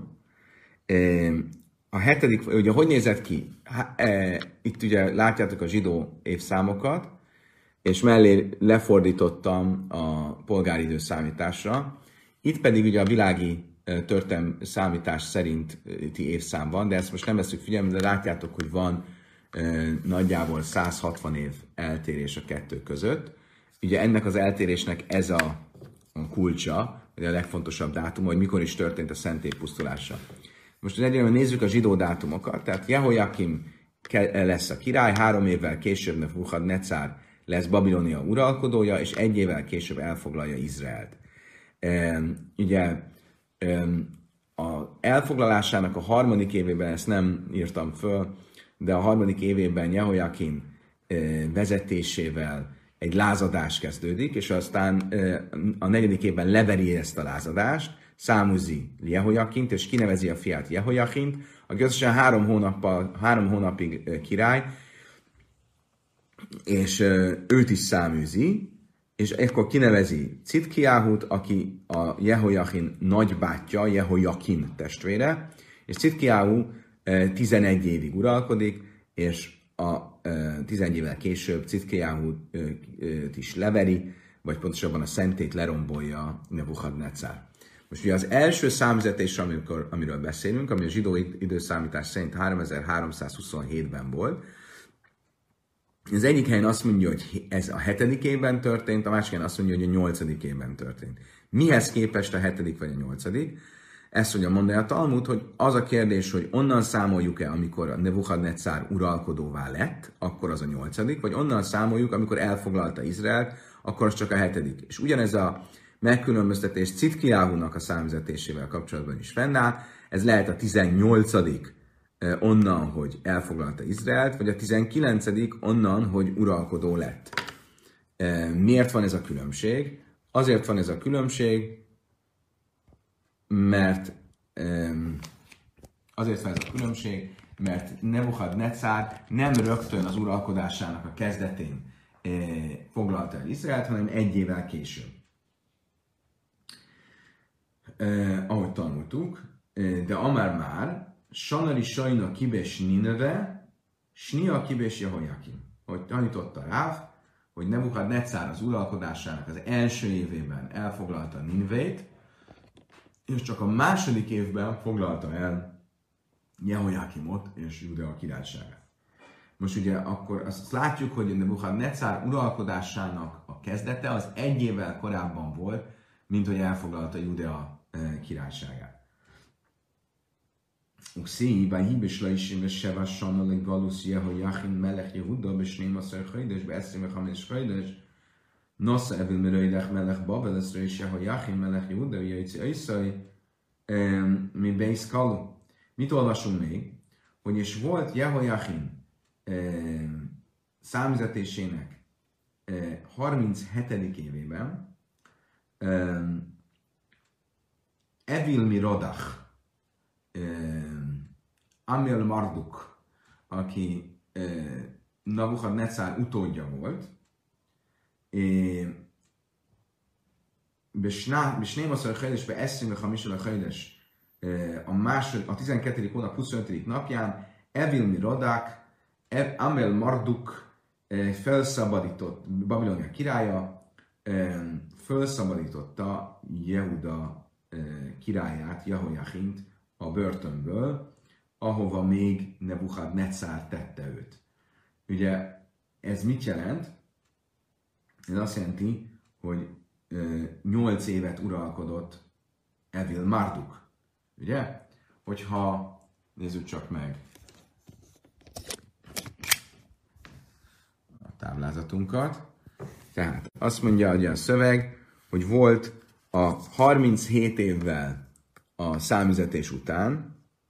A hetedik, ugye hogy nézett ki? Itt ugye látjátok a zsidó évszámokat, és mellé lefordítottam a polgári időszámításra. Itt pedig ugye a világi történelmi számítás szerinti évszám van, de ezt most nem veszük figyelembe, de látjátok, hogy van nagyjából száz hatvan év eltérés a kettő között. Ugye ennek az eltérésnek ez a, a kulcsa, a legfontosabb dátum, hogy mikor is történt a szentély pusztulása. Most egyébként nézzük a zsidó dátumokat, tehát Jehoiakim lesz a király, három évvel később Nebuchadnezzar lesz Babilónia uralkodója, és egy évvel később elfoglalja Izraelt. E, ugye e, a elfoglalásának a harmadik évében, ezt nem írtam föl, de a harmadik évében Jehoiakim e, vezetésével egy lázadás kezdődik, és aztán e, a negyedik évben leveri ezt a lázadást, számúzi Jehoiakint, és kinevezi a fiát Jehoiakint, aki összesen három, hónappal, három hónapig király, és őt is száműzi, és ekkor kinevezi Citkijáhut, aki a Jehoiakin nagybátyja, Jehoiakin testvére, és Citkijáhu tizenegy évig uralkodik, és a tizenegy évvel később Citkijáhut is leveri, vagy pontosabban a szentét lerombolja Nebuchadnezzar. Most ugye az első számüzetés, amikor, amiről beszélünk, ami a zsidó időszámítás szerint háromezer-háromszázhuszonhétben volt, Az egyik helyen azt mondja, hogy ez a hetedik évben történt, a másik helyen azt mondja, hogy a nyolcadik évben történt. Mihez képest a hetedik vagy a nyolcadik? Ezt mondja mondani a Talmud, hogy az a kérdés, hogy onnan számoljuk-e, amikor a Nebuchadnezzar uralkodóvá lett, akkor az a nyolcadik, vagy onnan számoljuk, amikor elfoglalta Izraelt, akkor az csak a hetedik. És ugyanez a megkülönböztetés Citkijávúnak a számvezetésével kapcsolatban is fennáll, ez lehet a tizennyolcadik onnan, hogy elfoglalta Izraelt, vagy a tizenkilencedik onnan, hogy uralkodó lett. Miért van ez a különbség? Azért van ez a különbség, mert azért van ez a különbség, mert Nebuchadnezzar nem rögtön az uralkodásának a kezdetén foglalta el Izraelt, hanem egy évvel később. Ahogy tanultuk, de amár már, Sanari Sajna Kibes Nineve, Snia Kibes Jehojakim. Hogy tanította Ráv, hogy Nebuchadnezzar az uralkodásának az első évében elfoglalta Ninvét, és csak a második évben foglalta el Jehojakimot és Judea királyságát. Most ugye akkor azt látjuk, hogy Nebuchadnezzar uralkodásának a kezdete az egy évvel korábban volt, mint hogy elfoglalta Judea királyságát. Uxi, bei Hibisla is in Veseva Shana le Galus Jehoiachim Melech Yehuda besnémaszer Chaydes, beeszrim Chames Chaydes, Nosza Evil Meröjdech Melech Babel, Eszre és Jehoiachim Melech Yehuda, Jöjci Aiszai, mi Beis Kalu. Mit olvasunk még? Hogy és volt Jehoiachim számüzetésének harminchetedik évében Evil Mirodach, Amel Marduk, aki Nebuchadnezzar utódja volt, Besnémaszor Hajdes, eszünk a Hamisel Hajdes, a másod, a tizenkettedik hónap huszonötödik napján Evil Mirodach, Amel Marduk felszabadított, Babilonia királya, felszabadította Jehuda királyát, Jehoiachint a börtönből, ahova még Nebuchadnezzar tette őt. Ugye ez mit jelent? Ez azt jelenti, hogy nyolc évet uralkodott Evil Marduk. Ugye? Hogyha, nézzük csak meg a táblázatunkat. Tehát azt mondja ugye a szöveg, hogy volt a harminchét évvel a számüzetés után,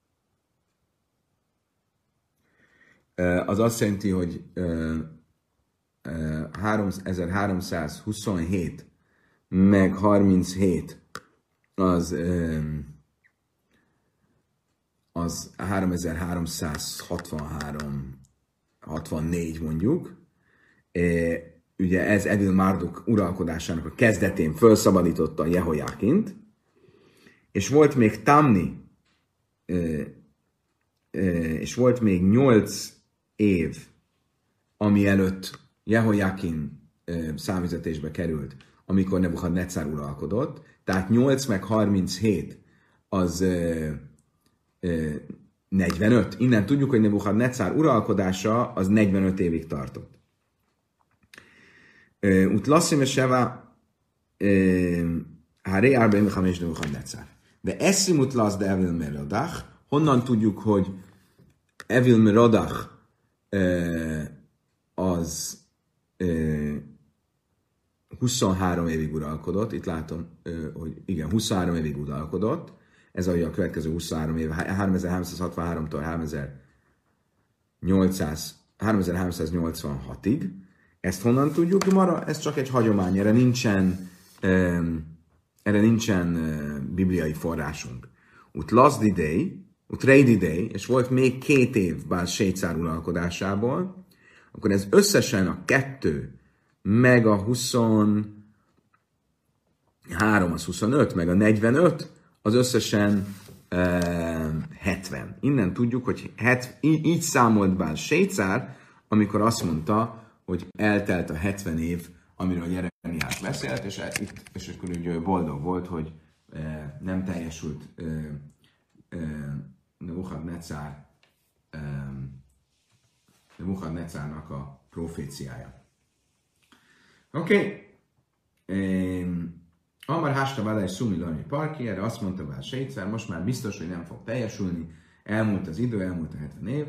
az azt jelenti, hogy ezerháromszázhuszonhét meg harminchét az, az háromezer-háromszázhatvanhárom hatvannégy mondjuk. Ugye ez Evil Marduk uralkodásának a kezdetén felszabadította a Jehoiakint, és volt még Tamni, és volt még nyolc év, ami előtt Jehoiakin számüzetésbe került, amikor Nebuchadnezzar uralkodott, tehát nyolc meg harminchét az negyvenöt. Innen tudjuk, hogy Nebuchadnezzar uralkodása az negyvenöt évig tartott. Ut lasszim és seva Háré Árbeim Hames Nebuchadnezzar. De eszim ut lasz de Evil Merodach. Honnan tudjuk, hogy Evil Merodach az huszonhárom évig uralkodott. Itt látom, hogy igen, huszonhárom évig uralkodott. Ez a következő huszonhárom év, háromezer-háromszázhatvanháromtól háromezer-háromszáznyolcvanhatig. Ezt honnan tudjuk? Mara, ez csak egy hagyomány, erre nincsen, erre nincsen bibliai forrásunk. Ut last day, ut ready day, és volt még két év Bál Sécár uralkodásából, akkor ez összesen a kettő, meg a huszonhárom, az huszonöt, meg a negyvenöt, az összesen uh, hetven. Innen tudjuk, hogy het, így, így számolt Bál Sécár, amikor azt mondta, hogy eltelt a hetven év, amiről Jeremiás beszélt, és, itt, és akkor úgy boldog volt, hogy uh, nem teljesült uh, uh, Nebuchadnezzar um, Nebuchadnezzárnak a proféciája. Oké. Okay. Amar Hásta Báda és Szumi Lani Parki, erre azt mondta Bál Sétszer, most már biztos, hogy nem fog teljesülni, elmúlt az idő, elmúlt a hetven év.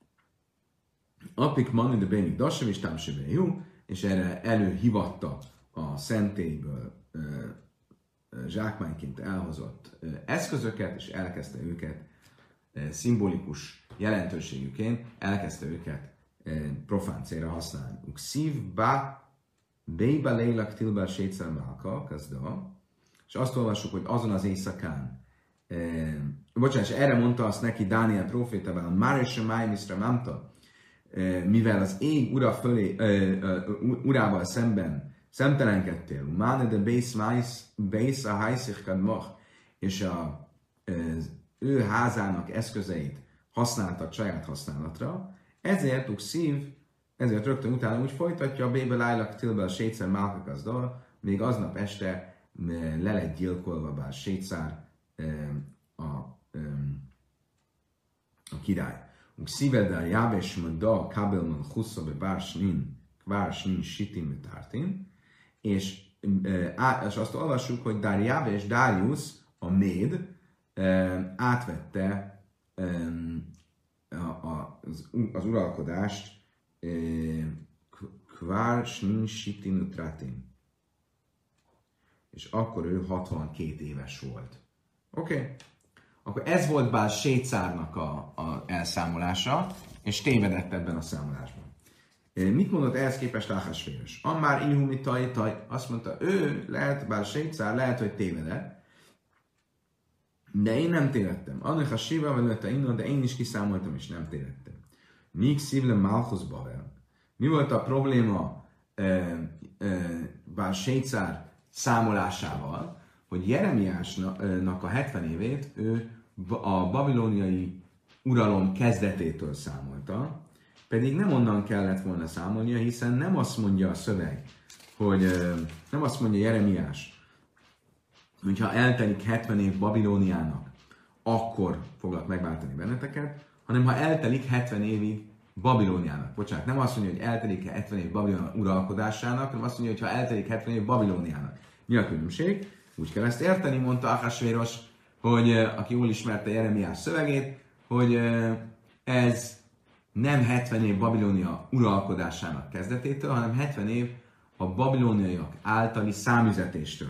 Apik Mani de Bénik Dassev és Támsebe Jú, és erre előhivatta a szentélyből ö, ö, zsákmányként elhozott ö, eszközöket, és elkezdte őket ö, szimbolikus jelentőségüként, elkezdte őket ö, profán célra használni. Szív bá Béba lélak tilbál sétszer málka, kezdve, és azt olvassuk, hogy azon az éjszakán, eh, bocsánat, és erre mondta azt neki Dániel prófétával, már és a májmiszra mámta, eh, mivel az ég ura fölé, eh, eh, urával szemben szemtelenkedtél, máne de bész a hajszikad mach, és a, eh, ő házának eszközeit használtak saját használatra, ezért tuk szív, ezért rögtön utána úgy folytatja, a Bébe Lájlak Tilbel Sétszer Málkakazdal, még aznap este le lett gyilkolva bár Sétszer a, a király. Uk szívedel Jábes Mada Kabelman Hussza be Bársnin, Bársnin Sitin Tártin, és, és azt olvassuk, hogy Darjábes Darius, a méd, átvette az, az uralkodást Kvár Snin Sitin Utratin. És akkor ő hatvankét éves volt. Oké. Okay. Akkor ez volt Bál Sétszárnak a, a elszámolása, és tévedett ebben a számolásban. Mit mondott ehhez képest Ahasvéros? Ammár Ihumi taj, taj, azt mondta, ő lehet, Bál Sétszár lehet, hogy tévedett, de én nem tévedtem. Annak a Siva velőtte innen, de én is kiszámoltam, és nem tévedtem. Míg szívle Malchus Bavel. Mi volt a probléma e, e, Bál Sétszár számolásával, hogy Jeremiásnak a hetven évét ő a babiloniai uralom kezdetétől számolta, pedig nem onnan kellett volna számolnia, hiszen nem azt mondja a szöveg, hogy nem azt mondja Jeremiás, hogyha eltelik hetven év Babilóniának, akkor foglak megváltani benneteket, hanem ha eltelik hetven évig Babilóniának. Bocsánat, nem azt mondja, hogy eltelik hetven év Babilónia uralkodásának, hanem azt mondja, hogy ha eltelik hetven év Babilóniának. Mi a különbség? Úgy kell ezt érteni, mondta Ahasvéros, hogy aki jól ismerte Jeremiás szövegét, hogy ez nem hetven év Babilónia uralkodásának kezdetétől, hanem hetven év a babilóniaiak általi számüzetéstől.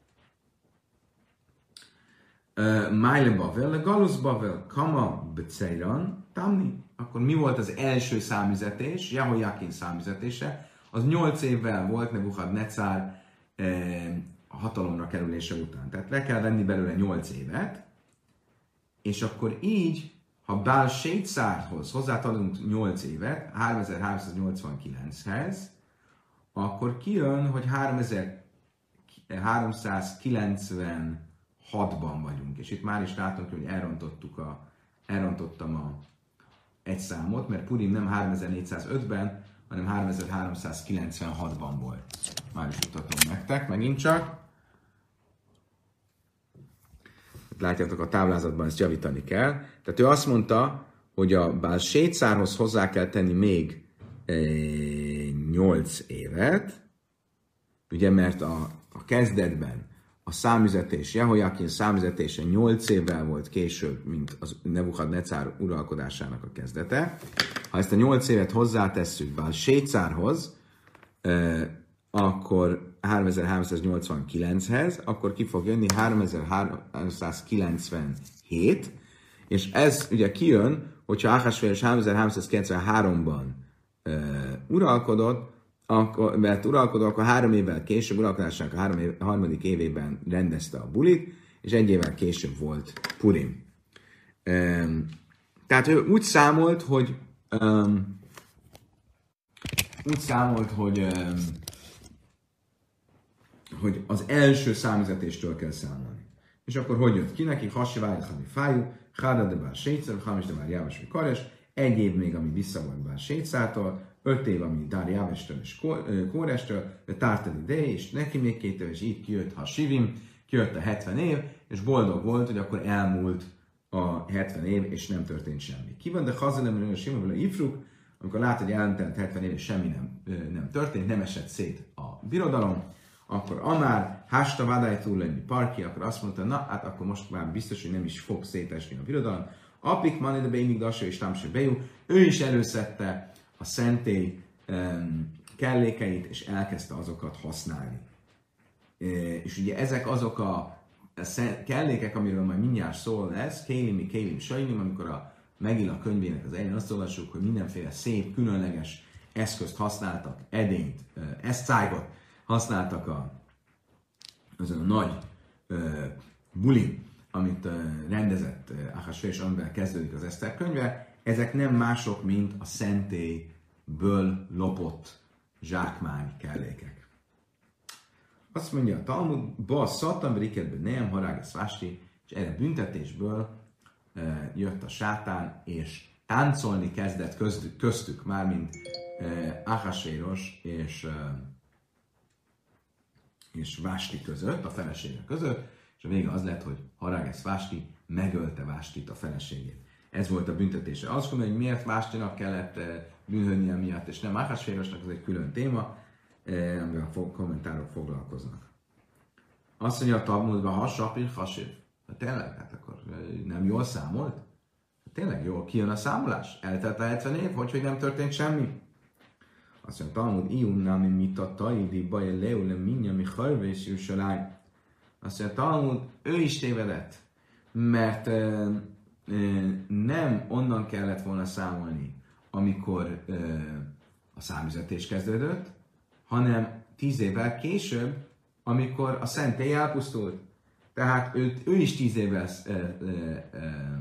Májle Bavel, Galusz Bavel, Kama Beceiran, Tamni. Akkor mi volt az első számüzetés? Jehoiakin számüzetése. Az nyolc évvel volt Nebuchadnezzár eh, hatalomra kerülése után. Tehát le kell venni belőle nyolc évet, és akkor így, ha Bál Sétszárhoz hozzátadunk nyolc évet, háromezer-háromszáznyolcvankilenchez, akkor kijön, hogy háromezer-háromszázkilencvenhatban vagyunk. És itt már is látunk, hogy elrontottuk a, elrontottam a egy számot, mert Purim nem háromezer-négyszázötben, hanem háromezer-háromszázkilencvenhatban volt. Már is mutatom nektek, megint csak. Látjátok, a táblázatban ezt javítani kell. Tehát ő azt mondta, hogy a Bál Sétszárhoz hozzá kell tenni még e, nyolc évet, ugye, mert a, a kezdetben a számüzetés, Jehoiakin számüzetése nyolc évvel volt később, mint az Nebuchadnezzár uralkodásának a kezdete. Ha ezt a nyolc évet hozzátesszük Bál Sétszárhoz, e, akkor háromezer-háromszáznyolcvankilenchez, akkor ki fog jönni háromezer-háromszázkilencvenhét, és ez ugye kijön, hogyha Ahasvéros háromezer-háromszázkilencvenháromban e, uralkodott, akkor, mert uralkodott, akkor három évvel később, uralkodásának a három év, harmadik évében rendezte a bulit, és egy évvel később volt Purim. E, tehát ő úgy számolt, hogy um, úgy számolt, hogy um, hogy az első számüzetéstől kell számolni. És akkor hogy jött ki neki? Hasiváj, Hami Fájú, Háda de Bál Sétszer, Hamis de Bár Jáves vagy Kares, egy év még, ami vissza volt Bál Sétszártól, öt év, ami Dár Jávestől és Kórestől, de Tártad ide, és neki még két év, és így kijött Hasivim, kijött a hetven év, és boldog volt, hogy akkor elmúlt a hetven év, és nem történt semmi. Ki van, de Hazelemről a Simavele Ifruk, amikor lát, hogy eltelt hetven év és semmi nem, nem történt, nem esett szét a birodalom, akkor Amár, Hásta Vadály túl lenni Parki, akkor azt mondta, na, hát akkor most már biztos, hogy nem is fog szétesni a birodalom. Apik man ide beimig Dassa és Tamsé Bejú, ő is előszedte a szentély um, kellékeit, és elkezdte azokat használni. E, és ugye ezek azok a kellékek, amiről majd mindjárt szól lesz, Kélim, Kélim, Sajnim, amikor a Megilla könyvének az elején azt olvassuk, hogy mindenféle szép, különleges eszközt használtak, edényt, eszcájgot használtak a, azon a nagy uh, bulin, amit uh, rendezett uh, Ahasverés, amivel kezdődik az Eszter könyve. Ezek nem mások, mint a szentélyből lopott zsákmány kellékek. Azt mondja a Talmud, ba szattam riketben nem harágasz vásti, és erre büntetésből uh, jött a sátán, és táncolni kezdett köztük, köztük mármint uh, Ahasvéros és, uh, és Vásti között, a felesége között, és a vége az lett, hogy Harágesz Vásti megölte Vástit, a feleségét. Ez volt a büntetése. Azt mondom, hogy miért Vástinak kellett uh, bűnhődnie miatt, és nem Ahasvérosnak, ez egy külön téma, amivel a kommentárok foglalkoznak. Azt mondja a Talmudban, ha sapir, hasív. Hát tényleg, hát akkor nem jól számolt? Hát tényleg jól kijön a számolás? Eltelt a hetven év, hogy, hogy nem történt semmi? Azt mondja a Talmud, iun nami mita taidi baje leule minja mi harve és Jussalány. Azt mondja a Talmud, ő is tévedett, mert e, e, nem onnan kellett volna számolni, amikor e, a számüzetés kezdődött, hanem tíz évvel később, amikor a szentély elpusztult. Tehát ő, ő is tíz évvel e, e, e,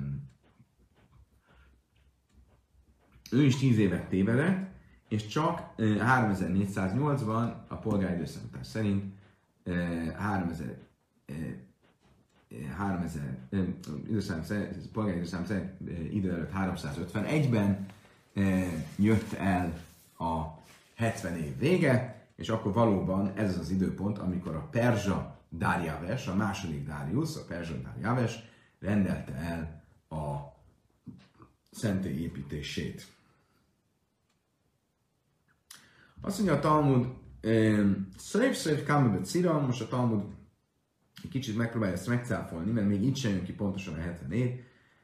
ő is tíz évet tévedett, és csak e, háromezer-négyszáznyolcban a polgári időszámítás szerint e, háromezer, e, háromezer e, időszám, polgári időszám szerint e, idő előtt háromszázötvenegyben e, jött el a hetven év vége, és akkor valóban ez az az időpont, amikor a perzsa Dárjáves, a második Darius, a perzsa Dárjáves rendelte el a szentély építését. Azt mondja a Talmud, szép szép kámebet szira, most a Talmud egy kicsit megpróbálja ezt megcáfolni, mert még itt sem jön ki pontosan a hetven év.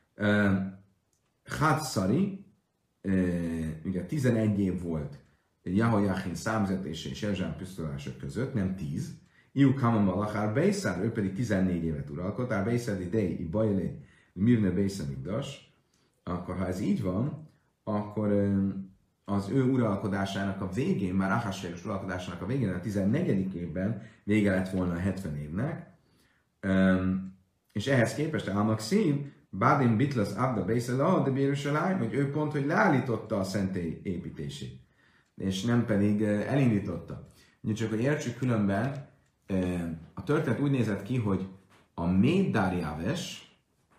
Hátszari, ugye tizenegy év volt Jehoiachin számüzetése és Jeruzsálem pusztulása között, nem tíz. Iu Kamam Malachár Beisár, ő pedig tizennégy évet uralkodott, Ár Beisár idei, Ibajlé, Mirne Beisár Migdas. Akkor ha ez így van, akkor az ő uralkodásának a végén, már Ahasvéros uralkodásának a végén, a tizennegyedik évben vége lett volna a hetven évnek. És ehhez képest Álmak szív, Bádin Bitlas Abda Beisár, de Bérussalány, hogy ő pont, hogy leállította a szentély építését, és nem pedig elindította. Ugye csak, hogy értsük különben, a történet úgy nézett ki, hogy a Méd Dárjáves,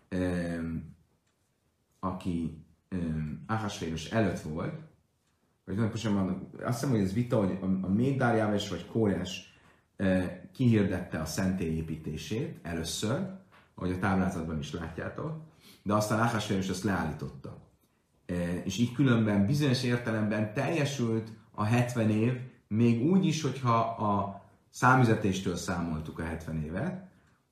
aki Ahasvéros előtt volt, vagy nem pontosan, azt hiszem, hogy ez vita, hogy a Méd Dárjáves vagy Kóres kihirdette a szentély építését először, ahogy a táblázatban is látjátok, de aztán Ahasvéros ezt leállította. És így különben bizonyos értelemben teljesült a hetven év, még úgy is, hogyha a számüzetéstől számoltuk a hetven évet.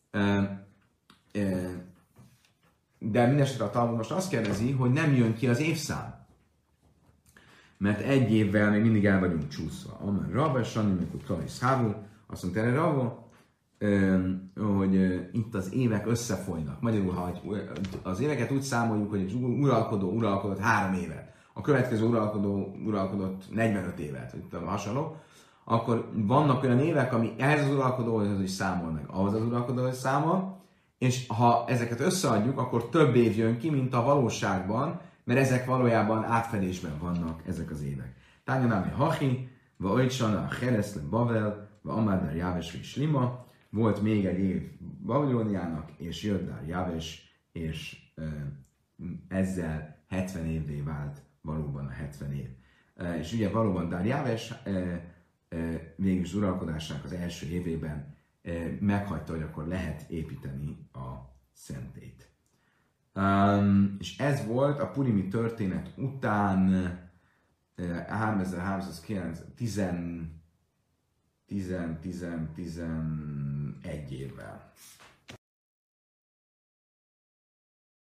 De mindesetre a Talmud most azt kérdezi, hogy nem jön ki az évszám. Mert egy évvel még mindig el vagyunk csúszva. Amár Rabba, Sanni, mikor Klarisz Hávú, azt mondta erre Rabba, hogy itt az évek összefolynak. Magyarul, ha az éveket úgy számoljuk, hogy egy uralkodó uralkodott három évet, a következő uralkodó uralkodott negyvenöt évet, vagy hasonló, akkor vannak olyan évek, ami ehhez az uralkodóhoz is számol meg, ahhoz az uralkodóhoz számol, és ha ezeket összeadjuk, akkor több év jön ki, mint a valóságban, mert ezek valójában átfedésben vannak, ezek az évek. Tányanámi Hachi, va Oicsana, a Hereszle, Bavel, va Amádár Jáves, és Lima, volt még egy év Babilóniának, és jött Dár Jáves, és e, ezzel hetven évvé vált valóban a hetven év. E, és ugye valóban Dár Jáves e, e, végülis uralkodásának az első évében e, meghagyta, hogy akkor lehet építeni a szentélyt. Um, és ez volt a purimi történet után háromezer-háromszázkilenc, tíz, tíz, tíz, tizenegy évvel.